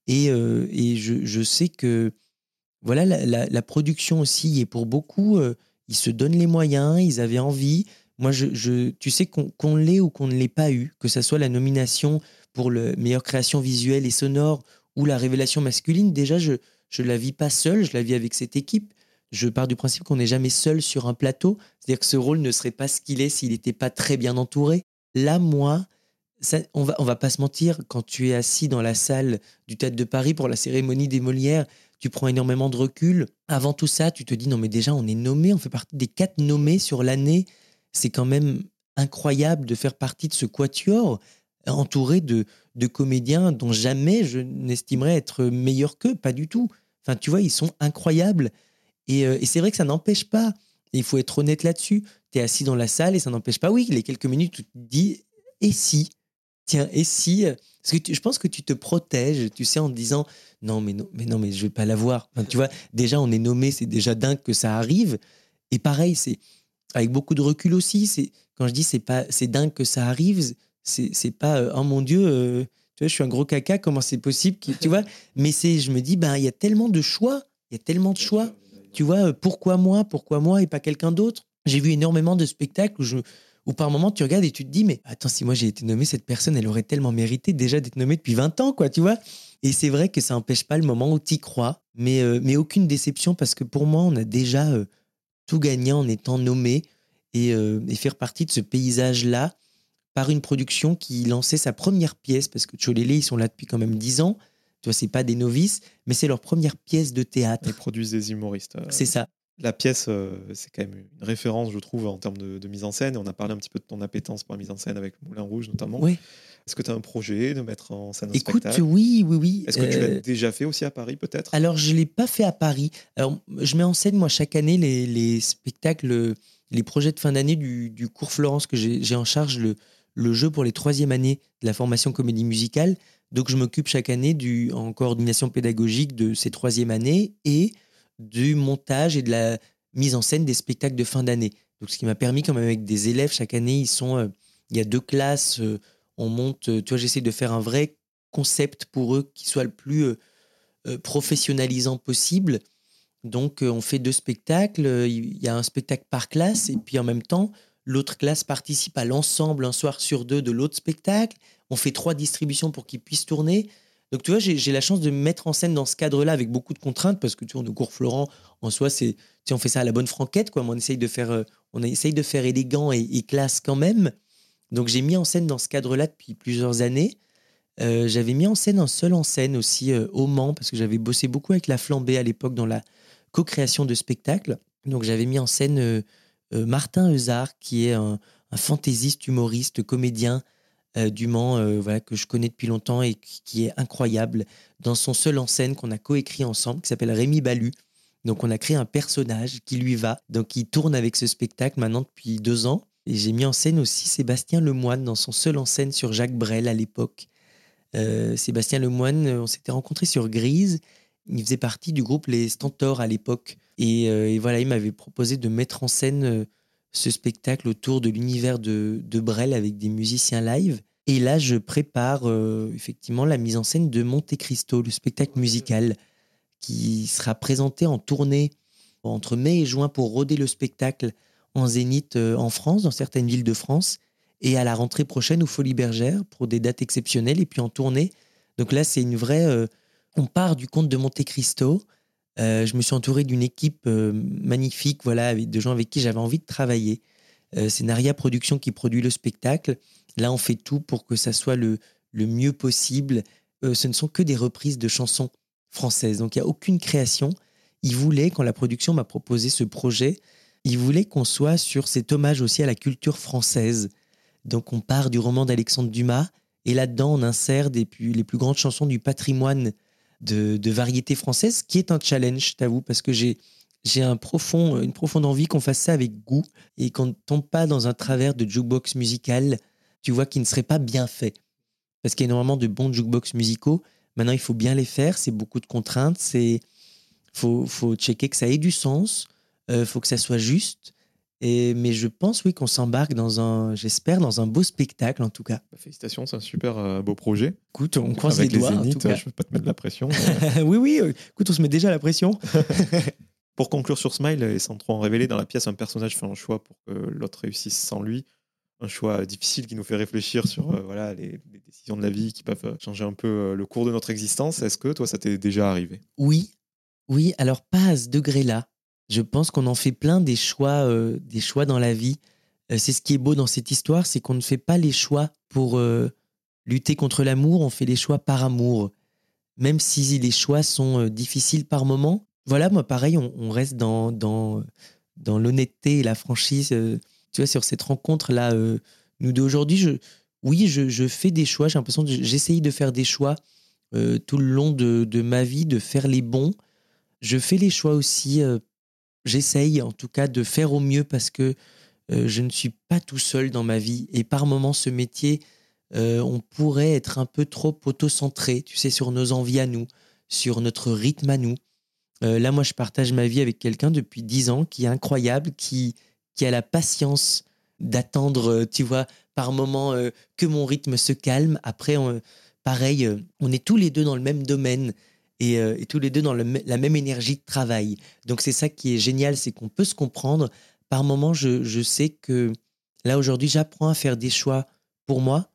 Et je sais que voilà, la production aussi y est pour beaucoup. Ils se donnent les moyens, ils avaient envie. Moi, tu sais qu'on l'ait ou qu'on ne l'ait pas eu, que ça soit la nomination pour le meilleure création visuelle et sonore ou la révélation masculine, déjà, je la vis pas seule, je la vis avec cette équipe. Je pars du principe qu'on n'est jamais seul sur un plateau. C'est-à-dire que ce rôle ne serait pas ce qu'il est s'il n'était pas très bien entouré. Là, moi, on va pas se mentir, quand tu es assis dans la salle du Théâtre de Paris pour la cérémonie des Molières, tu prends énormément de recul. Avant tout ça, tu te dis, non mais déjà, on est nommé, on fait partie des 4 nommés sur l'année. C'est quand même incroyable de faire partie de ce quatuor entouré de comédiens dont jamais je n'estimerais être meilleur qu'eux, pas du tout. Enfin, tu vois, ils sont incroyables. Et c'est vrai que ça n'empêche pas, et il faut être honnête là-dessus, tu es assis dans la salle et ça n'empêche pas, oui, les quelques minutes où tu te dis, et si Tiens, et si parce que je pense que tu te protèges, tu sais, en te disant non, mais non, mais non, mais je vais pas l'avoir. Enfin, tu vois, déjà on est nommé, c'est déjà dingue que ça arrive. Et pareil, c'est avec beaucoup de recul aussi. Quand je dis c'est dingue que ça arrive, c'est pas oh mon Dieu, tu vois, je suis un gros caca, comment c'est possible, tu vois. Mais je me dis, ben il y a tellement de choix, il y a tellement de choix. Tu vois, pourquoi moi et pas quelqu'un d'autre? J'ai vu énormément de spectacles où par moment tu regardes et tu te dis, mais attends, si moi j'ai été nommé, cette personne, elle aurait tellement mérité déjà d'être nommée depuis 20 ans, quoi, tu vois. Et c'est vrai que ça n'empêche pas le moment où tu y crois, mais aucune déception parce que pour moi, on a déjà tout gagné en étant nommé et faire partie de ce paysage-là par une production qui lançait sa première pièce, parce que Tcholélé, ils sont là depuis quand même 10 ans. Tu vois, c'est pas des novices, mais c'est leur première pièce de théâtre. Ils produisent des humoristes. C'est ça. La pièce, c'est quand même une référence, je trouve, en termes de mise en scène. Et on a parlé un petit peu de ton appétence pour la mise en scène avec Moulin Rouge, notamment. Oui. Est-ce que tu as un projet de mettre en scène un Écoute, spectacle? oui. Est-ce que tu l'as déjà fait aussi à Paris, peut-être? Alors, je ne l'ai pas fait à Paris. Alors, je mets en scène, moi, chaque année, les spectacles, les projets de fin d'année du cours Florence, que j'ai en charge le jeu pour les 3e années de la formation comédie musicale. Donc, je m'occupe chaque année en coordination pédagogique de ces 3e années et du montage et de la mise en scène des spectacles de fin d'année. Donc, ce qui m'a permis, quand même, avec des élèves, chaque année, il y a 2 classes, on monte, tu vois, j'essaie de faire un vrai concept pour eux qui soit le plus professionnalisant possible. Donc, on fait 2 spectacles. Il y a un spectacle par classe et puis en même temps, l'autre classe participe à l'ensemble un soir sur 2 de l'autre spectacle. On fait 3 distributions pour qu'ils puissent tourner. Donc, tu vois, j'ai la chance de me mettre en scène dans ce cadre-là avec beaucoup de contraintes parce que tu vois, on est au cours Florent, en soi, on fait ça à la bonne franquette, quoi. Mais on essaye de faire élégant et classe quand même. Donc, j'ai mis en scène dans ce cadre-là depuis plusieurs années. J'avais mis en scène un seul en scène aussi au Mans parce que j'avais bossé beaucoup avec la Flambée à l'époque dans la co-création de spectacles. Donc j'avais mis en scène Martin Euzard qui est un fantaisiste, humoriste, comédien du Mans voilà, que je connais depuis longtemps et qui est incroyable dans son seul en scène qu'on a coécrit ensemble qui s'appelle Rémi Balu. Donc on a créé un personnage qui lui va. Donc il tourne avec ce spectacle maintenant depuis 2 ans. Et j'ai mis en scène aussi Sébastien Lemoine dans son seul en scène sur Jacques Brel à l'époque. Sébastien Lemoine, on s'était rencontrés sur Grise. Il faisait partie du groupe Les Stentors à l'époque. Et voilà, il m'avait proposé de mettre en scène ce spectacle autour de l'univers de Brel avec des musiciens live. Et là, je prépare effectivement la mise en scène de Monte Cristo, le spectacle musical qui sera présenté en tournée entre mai et juin pour roder le spectacle en zénith en France, dans certaines villes de France, et à la rentrée prochaine aux Folies Bergères pour des dates exceptionnelles, et puis en tournée. Donc là, c'est une vraie... on part du conte de Monte Cristo. Je me suis entouré d'une équipe magnifique, voilà, avec de gens avec qui j'avais envie de travailler. C'est Naria Productions qui produit le spectacle. Là, on fait tout pour que ça soit le mieux possible. Ce ne sont que des reprises de chansons françaises, donc il n'y a aucune création. Il voulait, quand la production m'a proposé ce projet, il voulait qu'on soit sur cet hommage aussi à la culture française. Donc on part du roman d'Alexandre Dumas et là-dedans on insère les plus grandes chansons du patrimoine de variété française, qui est un challenge, je t'avoue, parce que j'ai une profonde envie qu'on fasse ça avec goût et qu'on ne tombe pas dans un travers de jukebox musical, tu vois, qui ne serait pas bien fait. Parce qu'il y a énormément de bons jukebox musicaux. Maintenant, il faut bien les faire, c'est beaucoup de contraintes, faut checker que ça ait du sens, faut que ça soit juste. Mais je pense, oui, qu'on s'embarque j'espère, dans un beau spectacle, en tout cas. Félicitations, c'est un super beau projet. Écoute, on croise avec les doigts, Zénith, en tout cas. je ne veux pas te mettre la pression. Oui, écoute, on se met déjà la pression. Pour conclure sur Smile, et sans trop en révéler, dans la pièce, un personnage fait un choix pour que l'autre réussisse sans lui. Un choix difficile qui nous fait réfléchir sur voilà, les décisions de la vie qui peuvent changer un peu le cours de notre existence. Est-ce que toi, ça t'est déjà arrivé? Oui, alors pas à ce degré-là. Je pense qu'on en fait plein des choix dans la vie. C'est ce qui est beau dans cette histoire, c'est qu'on ne fait pas les choix pour lutter contre l'amour, on fait les choix par amour. Même si les choix sont difficiles par moments. Voilà, moi pareil, on reste dans l'honnêteté et la franchise. Tu vois, sur cette rencontre-là, nous deux aujourd'hui, je fais des choix. J'ai l'impression que j'essaye de faire des choix tout le long de ma vie, de faire les bons. Je fais les choix aussi, j'essaye en tout cas de faire au mieux parce que je ne suis pas tout seul dans ma vie. Et par moments, ce métier, on pourrait être un peu trop auto-centré, tu sais, sur nos envies à nous, sur notre rythme à nous. Là, moi, je partage ma vie avec quelqu'un depuis 10 ans qui est incroyable, qui a la patience d'attendre, tu vois, par moment que mon rythme se calme. Après, pareil, on est tous les deux dans le même domaine et tous les deux dans la même énergie de travail. Donc, c'est ça qui est génial, c'est qu'on peut se comprendre. Par moment, je sais que là, aujourd'hui, j'apprends à faire des choix pour moi,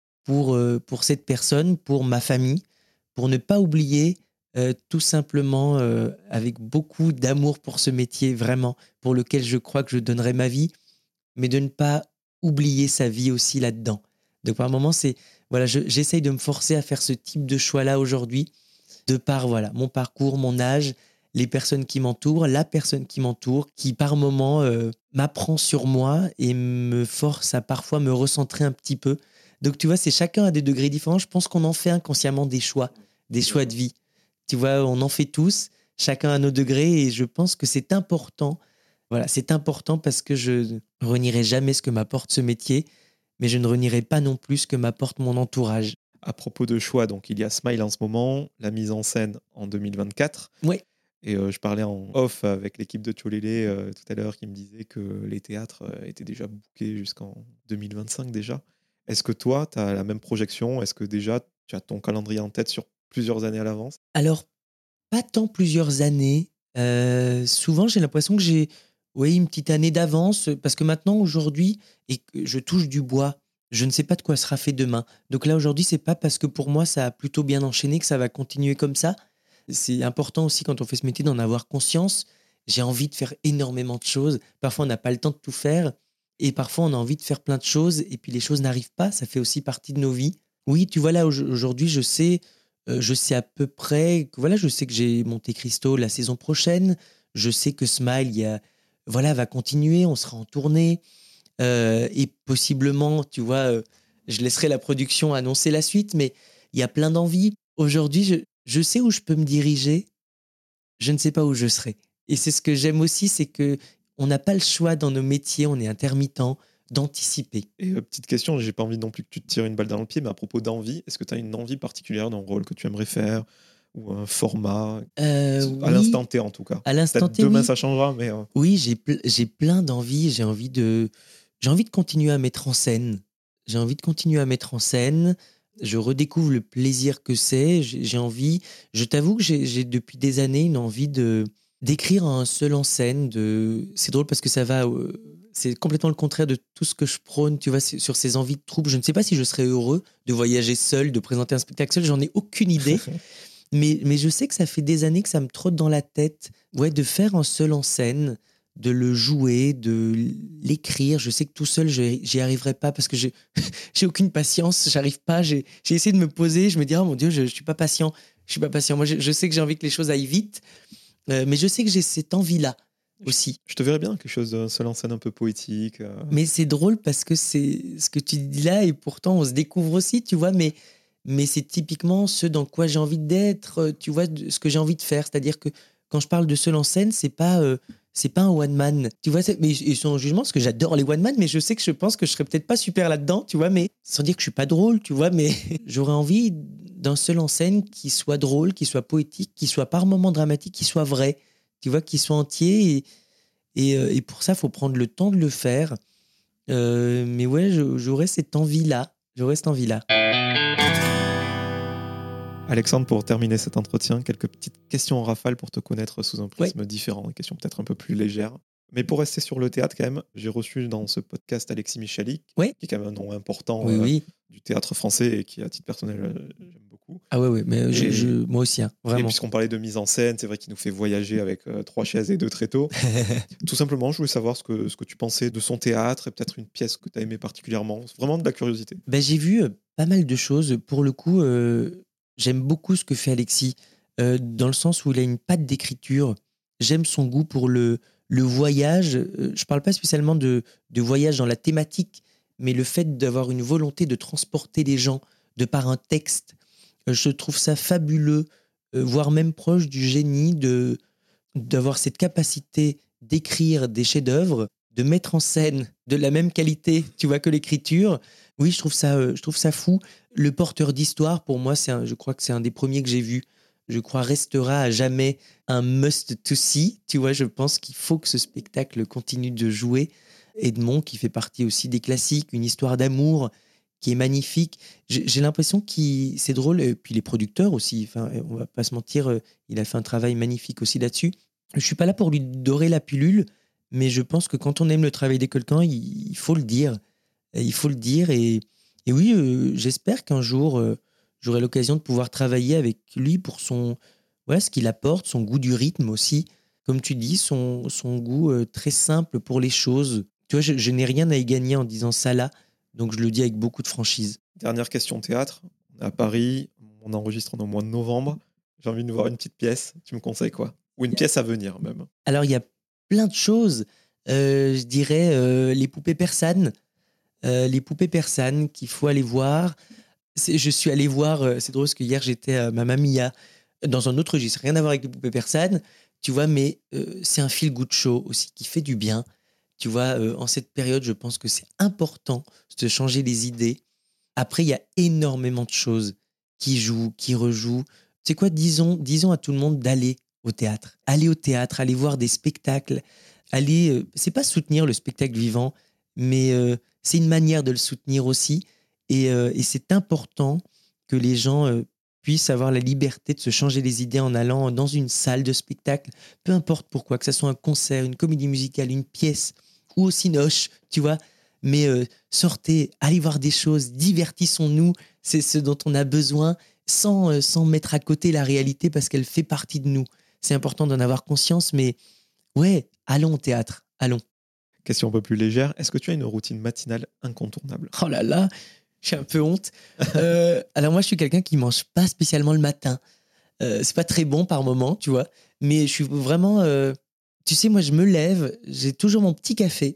pour cette personne, pour ma famille, pour ne pas oublier tout simplement avec beaucoup d'amour pour ce métier, vraiment, pour lequel je crois que je donnerai ma vie, mais de ne pas oublier sa vie aussi là-dedans. Donc par moments, voilà, j'essaye de me forcer à faire ce type de choix-là aujourd'hui, de par voilà, mon parcours, mon âge, les personnes qui m'entourent, la personne qui m'entoure, qui par moments m'apprend sur moi et me force à parfois me recentrer un petit peu. Donc tu vois, c'est chacun à des degrés différents. Je pense qu'on en fait inconsciemment des choix de vie. Tu vois, on en fait tous, chacun à nos degrés, et je pense que c'est important. Voilà, c'est important parce que je ne renierai jamais ce que m'apporte ce métier, mais je ne renierai pas non plus ce que m'apporte mon entourage. À propos de choix, donc il y a Smile en ce moment, la mise en scène en 2024. Oui. Et je parlais en off avec l'équipe de Tcholélé tout à l'heure qui me disait que les théâtres étaient déjà bookés jusqu'en 2025 déjà. Est-ce que toi, tu as la même projection? Est-ce que déjà, tu as ton calendrier en tête sur plusieurs années à l'avance? Alors, pas tant plusieurs années. Souvent, j'ai l'impression que j'ai une petite année d'avance parce que maintenant, aujourd'hui, et que je touche du bois, je ne sais pas de quoi sera fait demain. Donc là, aujourd'hui, c'est pas parce que pour moi, ça a plutôt bien enchaîné que ça va continuer comme ça. C'est important aussi quand on fait ce métier d'en avoir conscience. J'ai envie de faire énormément de choses. Parfois, on n'a pas le temps de tout faire. Et parfois, on a envie de faire plein de choses. Et puis, les choses n'arrivent pas. Ça fait aussi partie de nos vies. Oui, tu vois, là, aujourd'hui, je sais à peu près que voilà, je sais que j'ai Monte Cristo la saison prochaine. Je sais que Smile, voilà, va continuer. On sera en tournée. Et possiblement, tu vois, je laisserai la production annoncer la suite. Mais il y a plein d'envies. Aujourd'hui, je sais où je peux me diriger, je ne sais pas où je serai. Et c'est ce que j'aime aussi, c'est que on n'a pas le choix dans nos métiers, on est intermittent, d'anticiper. Et petite question, j'ai pas envie non plus que tu te tires une balle dans le pied, mais à propos d'envie, est-ce que tu as une envie particulière d'un rôle que tu aimerais faire ou un format à Oui, l'instant T en tout cas? à l'instant Peut-être T, demain oui. ça changera, mais Oui, j'ai plein d'envies, j'ai envie de continuer à mettre en scène. J'ai envie de continuer à mettre en scène. Je redécouvre le plaisir que c'est. J'ai envie. Je t'avoue que j'ai depuis des années une envie d'écrire un seul en scène. C'est drôle parce que c'est complètement le contraire de tout ce que je prône. Tu vois, sur ces envies de troupe. Je ne sais pas si je serais heureux de voyager seul, de présenter un spectacle seul. J'en ai aucune idée. Mais je sais que ça fait des années que ça me trotte dans la tête, ouais, de faire un seul en scène, de le jouer, de l'écrire. Je sais que tout seul, j'y arriverai pas parce que j'ai aucune patience, j'arrive pas. J'ai essayé de me poser, je me dis, oh mon Dieu, je suis pas patient. Je suis pas patient. Moi, je sais que j'ai envie que les choses aillent vite, mais je sais que j'ai cette envie-là aussi. je te verrais bien quelque chose d'un seul en scène un peu poétique. Mais c'est drôle parce que c'est ce que tu dis là et pourtant on se découvre aussi, tu vois, mais c'est typiquement ce dans quoi j'ai envie d'être, tu vois, ce que j'ai envie de faire. C'est-à-dire que quand je parle de seul en scène, c'est pas un one man, tu vois. Mais ils sont en jugement parce que j'adore les one man, mais je sais que je pense que je serais peut-être pas super là-dedans, tu vois. Mais sans dire que je suis pas drôle, tu vois. Mais j'aurais envie d'un seul en scène qui soit drôle, qui soit poétique, qui soit par moments dramatique, qui soit vrai, tu vois, qui soit entier. Et pour ça, il faut prendre le temps de le faire. Mais ouais, j'aurais cette envie-là. J'aurais cette envie-là. Alexandre, pour terminer cet entretien, quelques petites questions en rafale pour te connaître sous un prisme différent, des questions peut-être un peu plus légères. Mais pour rester sur le théâtre quand même, j'ai reçu dans ce podcast Alexis Michalik, qui est quand même un nom important du théâtre français et qui, à titre personnel, j'aime beaucoup. Ah ouais, mais moi aussi, hein, vraiment. Et puisqu'on parlait de mise en scène, c'est vrai qu'il nous fait voyager avec 3 chaises et 2 tréteaux. Tout simplement, je voulais savoir ce que tu pensais de son théâtre et peut-être une pièce que tu as aimée particulièrement. C'est vraiment de la curiosité. J'ai vu pas mal de choses. Pour le coup, j'aime beaucoup ce que fait Alexis, dans le sens où il a une patte d'écriture. J'aime son goût pour le voyage. Je parle pas spécialement de voyage dans la thématique, mais le fait d'avoir une volonté de transporter les gens de par un texte. Je trouve ça fabuleux, voire même proche du génie d'avoir cette capacité d'écrire des chefs-d'œuvre, de mettre en scène de la même qualité, tu vois, que l'écriture. Oui, je trouve ça fou. Le porteur d'histoire, pour moi, je crois que c'est un des premiers que j'ai vu. je crois, restera à jamais un must to see. Tu vois, je pense qu'il faut que ce spectacle continue de jouer. Edmond, qui fait partie aussi des classiques, une histoire d'amour qui est magnifique. J'ai l'impression qu'il, c'est drôle, et puis les producteurs aussi, enfin, on va pas se mentir, il a fait un travail magnifique aussi là-dessus. Je suis pas là pour lui dorer la pilule, mais je pense que quand on aime le travail de quelqu'un, il faut le dire. Il faut le dire. Et oui, j'espère qu'un jour, j'aurai l'occasion de pouvoir travailler avec lui pour voilà, ce qu'il apporte, son goût du rythme aussi. Comme tu dis, son goût très simple pour les choses. Tu vois, je n'ai rien à y gagner en disant ça là. Donc, je le dis avec beaucoup de franchise. Dernière question théâtre. On est à Paris, on enregistre au mois de novembre. J'ai envie de voir une petite pièce. Tu me conseilles quoi? Ou une pièce à venir même. Alors, il y a plein de choses. Je dirais les poupées persanes. Les poupées persanes qu'il faut aller voir. Je suis allé voir, c'est drôle parce que hier j'étais à Mamma Mia dans un autre registre, rien à voir avec les poupées persanes, tu vois, mais c'est un feel-good show aussi qui fait du bien. Tu vois, en cette période, je pense que c'est important de changer les idées. Après, il y a énormément de choses qui jouent, qui rejouent. Tu sais quoi, disons à tout le monde d'aller au théâtre. Aller au théâtre, aller voir des spectacles. Aller, c'est pas soutenir le spectacle vivant, mais c'est une manière de le soutenir aussi. Et c'est important que les gens puissent avoir la liberté de se changer les idées en allant dans une salle de spectacle, peu importe pourquoi, que ce soit un concert, une comédie musicale, une pièce ou au cinoche, tu vois. Mais sortez, allez voir des choses, divertissons-nous, c'est ce dont on a besoin, sans mettre à côté la réalité parce qu'elle fait partie de nous. C'est important d'en avoir conscience, mais ouais, allons au théâtre, allons. Question un peu plus légère. Est-ce que tu as une routine matinale incontournable? Oh là là, j'ai un peu honte. Alors moi, je suis quelqu'un qui mange pas spécialement le matin. C'est pas très bon par moment, tu vois. Mais je suis vraiment... tu sais, moi, je me lève, j'ai toujours mon petit café,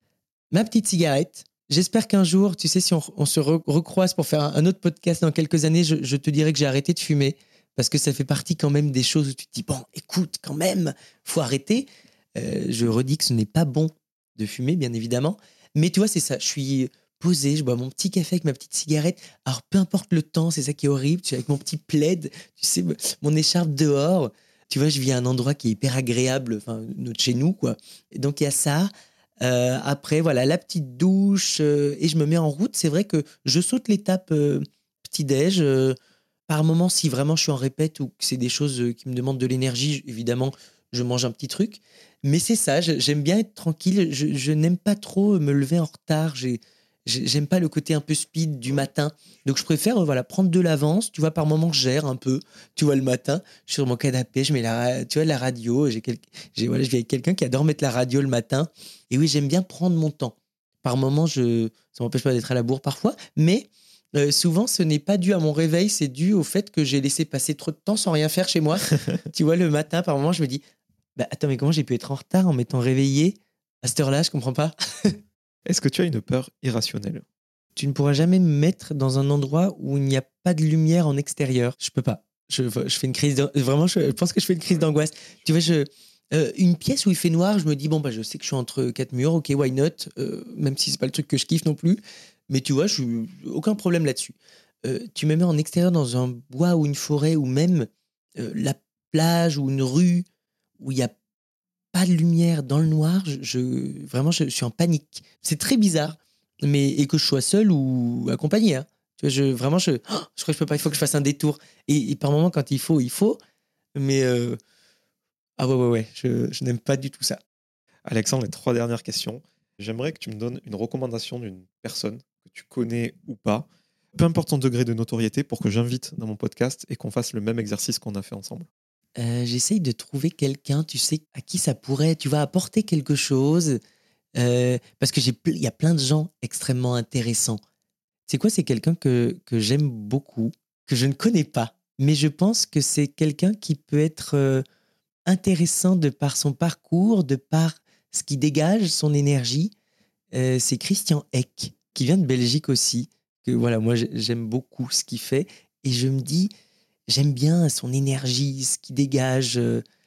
ma petite cigarette. J'espère qu'un jour, tu sais, si on se recroise pour faire un autre podcast dans quelques années, je te dirai que j'ai arrêté de fumer parce que ça fait partie quand même des choses où tu te dis, bon, écoute, quand même, faut arrêter. Je redis que ce n'est pas bon de fumer, bien évidemment. Mais tu vois, c'est ça. Je suis posé, je bois mon petit café avec ma petite cigarette. Alors, peu importe le temps, c'est ça qui est horrible. Tu sais, avec mon petit plaid, tu sais, mon écharpe dehors. Tu vois, je vis à un endroit qui est hyper agréable, enfin, de chez nous, quoi. Et donc, il y a ça. Après, voilà, la petite douche et je me mets en route. C'est vrai que je saute l'étape petit-déj. Par moment, si vraiment je suis en répète ou que c'est des choses qui me demandent de l'énergie, évidemment, je mange un petit truc. Mais c'est ça, j'aime bien être tranquille. Je n'aime pas trop me lever en retard. J'aime pas le côté un peu speed du matin. Donc, je préfère voilà, prendre de l'avance. Tu vois, par moment, je gère un peu. Tu vois, le matin, je suis sur mon canapé, je mets tu vois, la radio. Voilà, je vis avec quelqu'un qui adore mettre la radio le matin. Et oui, j'aime bien prendre mon temps. Par moment, ça m'empêche pas d'être à la bourre parfois. Mais souvent, ce n'est pas dû à mon réveil. C'est dû au fait que j'ai laissé passer trop de temps sans rien faire chez moi. Tu vois, le matin, par moment, je me dis bah, attends, mais comment j'ai pu être en retard en m'étant réveillé à cette heure-là? Je comprends pas. Est-ce que tu as une peur irrationnelle? Tu ne pourras jamais me mettre dans un endroit où il n'y a pas de lumière en extérieur. Je peux pas. Je fais une crise. Vraiment, je pense que je fais une crise d'angoisse. Tu vois, une pièce où il fait noir, je me dis, bon, bah, je sais que je suis entre quatre murs, ok, why not? Même si c'est pas le truc que je kiffe non plus. Mais tu vois, aucun problème là-dessus. Tu me mets en extérieur dans un bois ou une forêt ou même la plage ou une rue où il n'y a pas de lumière dans le noir, vraiment, je suis en panique. C'est très bizarre, mais et que je sois seul ou accompagné. Hein. Tu vois, je crois que je peux pas. Il faut que je fasse un détour. Et par moment, quand il faut, il faut. Mais ah ouais, je n'aime pas du tout ça. Alexandre, les 3 dernières questions. J'aimerais que tu me donnes une recommandation d'une personne que tu connais ou pas, peu importe son degré de notoriété, pour que j'invite dans mon podcast et qu'on fasse le même exercice qu'on a fait ensemble. J'essaye de trouver quelqu'un, tu sais, à qui ça pourrait, tu vas apporter quelque chose. Parce que il y a plein de gens extrêmement intéressants. C'est quoi? C'est quelqu'un que j'aime beaucoup, que je ne connais pas. Mais je pense que c'est quelqu'un qui peut être intéressant de par son parcours, de par ce qui dégage, son énergie. C'est Christian Eck, qui vient de Belgique aussi. Que voilà, moi j'aime beaucoup ce qu'il fait. Et je me dis, j'aime bien son énergie, ce qu'il dégage.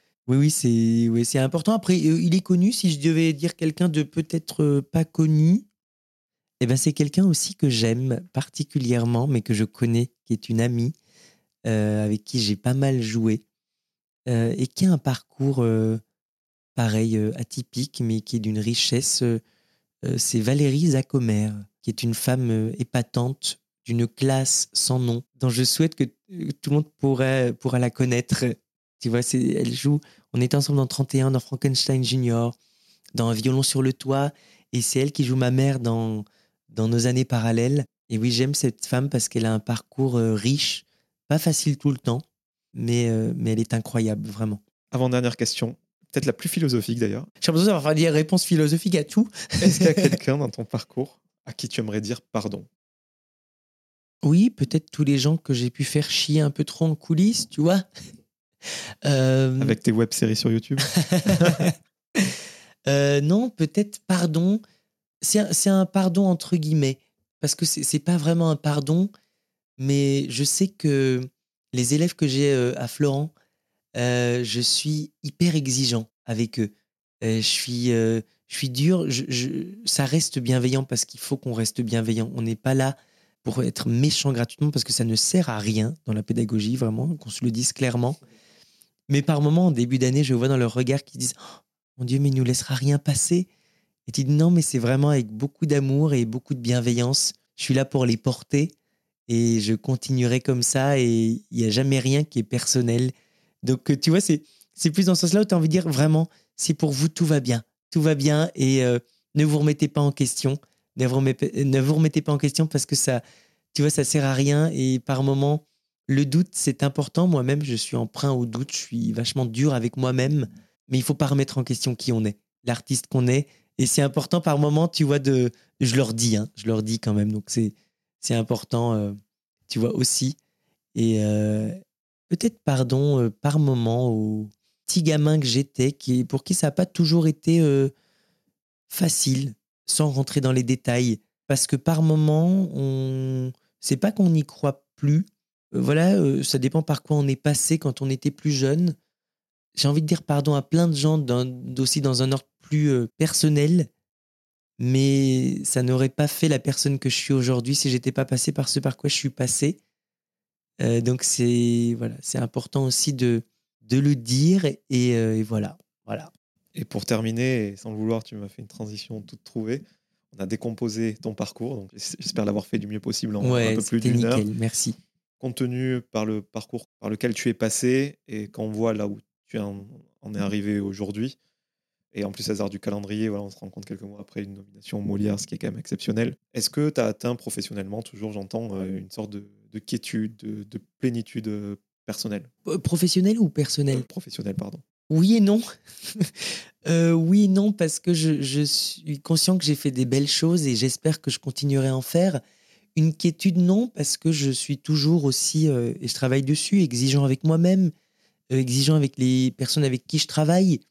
Oui, c'est important. Après, il est connu. Si je devais dire quelqu'un de peut-être pas connu, eh ben, c'est quelqu'un aussi que j'aime particulièrement, mais que je connais, qui est une amie. avec qui j'ai pas mal joué, et qui a un parcours pareil, atypique, mais qui est d'une richesse. C'est Valérie Zacomer, qui est une femme épatante, d'une classe sans nom, dont je souhaite que tout le monde pourra la connaître. Tu vois, elle joue. On était ensemble dans 31, dans Frankenstein Junior, dans Un violon sur le toit, et c'est elle qui joue ma mère dans Nos années parallèles. Et oui, j'aime cette femme parce qu'elle a un parcours riche, pas facile tout le temps, mais elle est incroyable, vraiment. Avant-dernière question, peut-être la plus philosophique d'ailleurs. J'ai l'impression d'avoir des réponses philosophiques à tout. Est-ce qu'il y a quelqu'un dans ton parcours à qui tu aimerais dire pardon? Oui, peut-être tous les gens que j'ai pu faire chier un peu trop en coulisses, tu vois. Avec tes web-séries sur YouTube? Non, peut-être pardon. C'est un pardon entre guillemets, parce que c'est pas vraiment un pardon, mais je sais que les élèves que j'ai à Florent, je suis hyper exigeant avec eux. Je suis dur. Ça reste bienveillant parce qu'il faut qu'on reste bienveillant. On n'est pas là pour être méchant gratuitement parce que ça ne sert à rien dans la pédagogie, vraiment, qu'on se le dise clairement. Mais par moments, en début d'année, je vois dans leur regard qu'ils disent oh, mon Dieu, mais il ne nous laissera rien passer. Et tu dis non, mais c'est vraiment avec beaucoup d'amour et beaucoup de bienveillance. Je suis là pour les porter et je continuerai comme ça et il n'y a jamais rien qui est personnel. Donc, tu vois, c'est plus dans ce sens-là où tu as envie de dire vraiment, c'est pour vous, tout va bien. Tout va bien et ne vous remettez pas en question. Ne vous remettez pas en question parce que ça, tu vois, ça sert à rien. Et par moments, le doute, c'est important. Moi-même, je suis emprunt au doute. Je suis vachement dur avec moi-même. Mais il faut pas remettre en question qui on est, l'artiste qu'on est. Et c'est important par moment, tu vois, je leur dis quand même. Donc, c'est important, tu vois, aussi. Et peut-être pardon par moment au petit gamin que j'étais, pour qui ça n'a pas toujours été facile, sans rentrer dans les détails. Parce que par moment, c'est pas qu'on n'y croit plus. Voilà, ça dépend par quoi on est passé quand on était plus jeune. J'ai envie de dire pardon à plein de gens, aussi dans un ordre plus personnel. Mais ça n'aurait pas fait la personne que je suis aujourd'hui si j'étais pas passé par ce par quoi je suis passé. Donc c'est important aussi de le dire et voilà. Et pour terminer, et sans le vouloir, tu m'as fait une transition toute trouvée. On a décomposé ton parcours, donc j'espère l'avoir fait du mieux possible en un peu plus d'une heure. Merci. Compte tenu par le parcours par lequel tu es passé et quand on voit là où tu en es arrivé aujourd'hui, et en plus hasard du calendrier, voilà, on se rend compte quelques mois après une nomination au Molière, ce qui est quand même exceptionnel. Est-ce que tu as atteint professionnellement, toujours j'entends, une sorte de quiétude, de plénitude personnelle? Professionnel ou personnel? Professionnelle, pardon. Oui et non. Oui et non, parce que je suis conscient que j'ai fait des belles choses et j'espère que je continuerai à en faire. Une quiétude, non, parce que je suis toujours aussi, et je travaille dessus, exigeant avec moi-même, exigeant avec les personnes avec qui je travaille.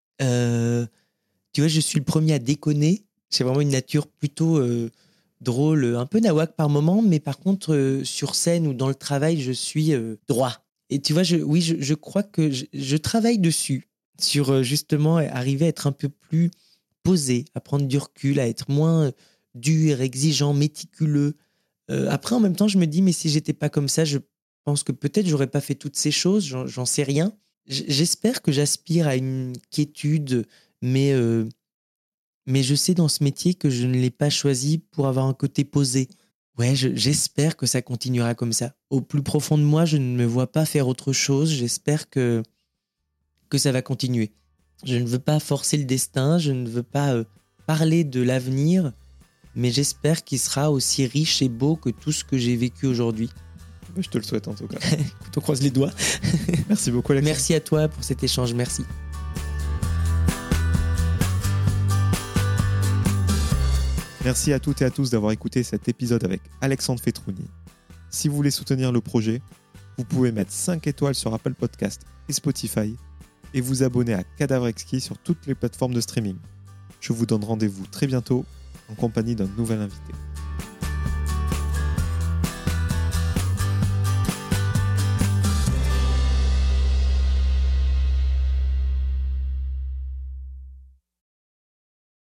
Tu vois, je suis le premier à déconner. C'est vraiment une nature plutôt drôle, un peu nawak par moment, mais par contre, sur scène ou dans le travail, je suis droit. Et tu vois, je crois que je travaille dessus, sur justement arriver à être un peu plus posé, à prendre du recul, à être moins dur, exigeant, méticuleux. Après, en même temps, je me dis, mais si j'étais pas comme ça, je pense que peut-être j'aurais pas fait toutes ces choses, j'en sais rien. J'espère que j'aspire à une quiétude, mais je sais dans ce métier que je ne l'ai pas choisi pour avoir un côté posé. Ouais, j'espère que ça continuera comme ça. Au plus profond de moi, je ne me vois pas faire autre chose. J'espère que ça va continuer. Je ne veux pas forcer le destin, je ne veux pas parler de l'avenir, mais j'espère qu'il sera aussi riche et beau que tout ce que j'ai vécu aujourd'hui. Je te le souhaite en tout cas. Écoute, on croise les doigts. Merci beaucoup, Alexandre. Merci à toi pour cet échange, merci. Merci à toutes et à tous d'avoir écouté cet épisode avec Alexandre Fetrouni. Si vous voulez soutenir le projet, vous pouvez mettre 5 étoiles sur Apple Podcast et Spotify et vous abonner à Cadavre Exquis sur toutes les plateformes de streaming. Je vous donne rendez-vous très bientôt en compagnie d'un nouvel invité.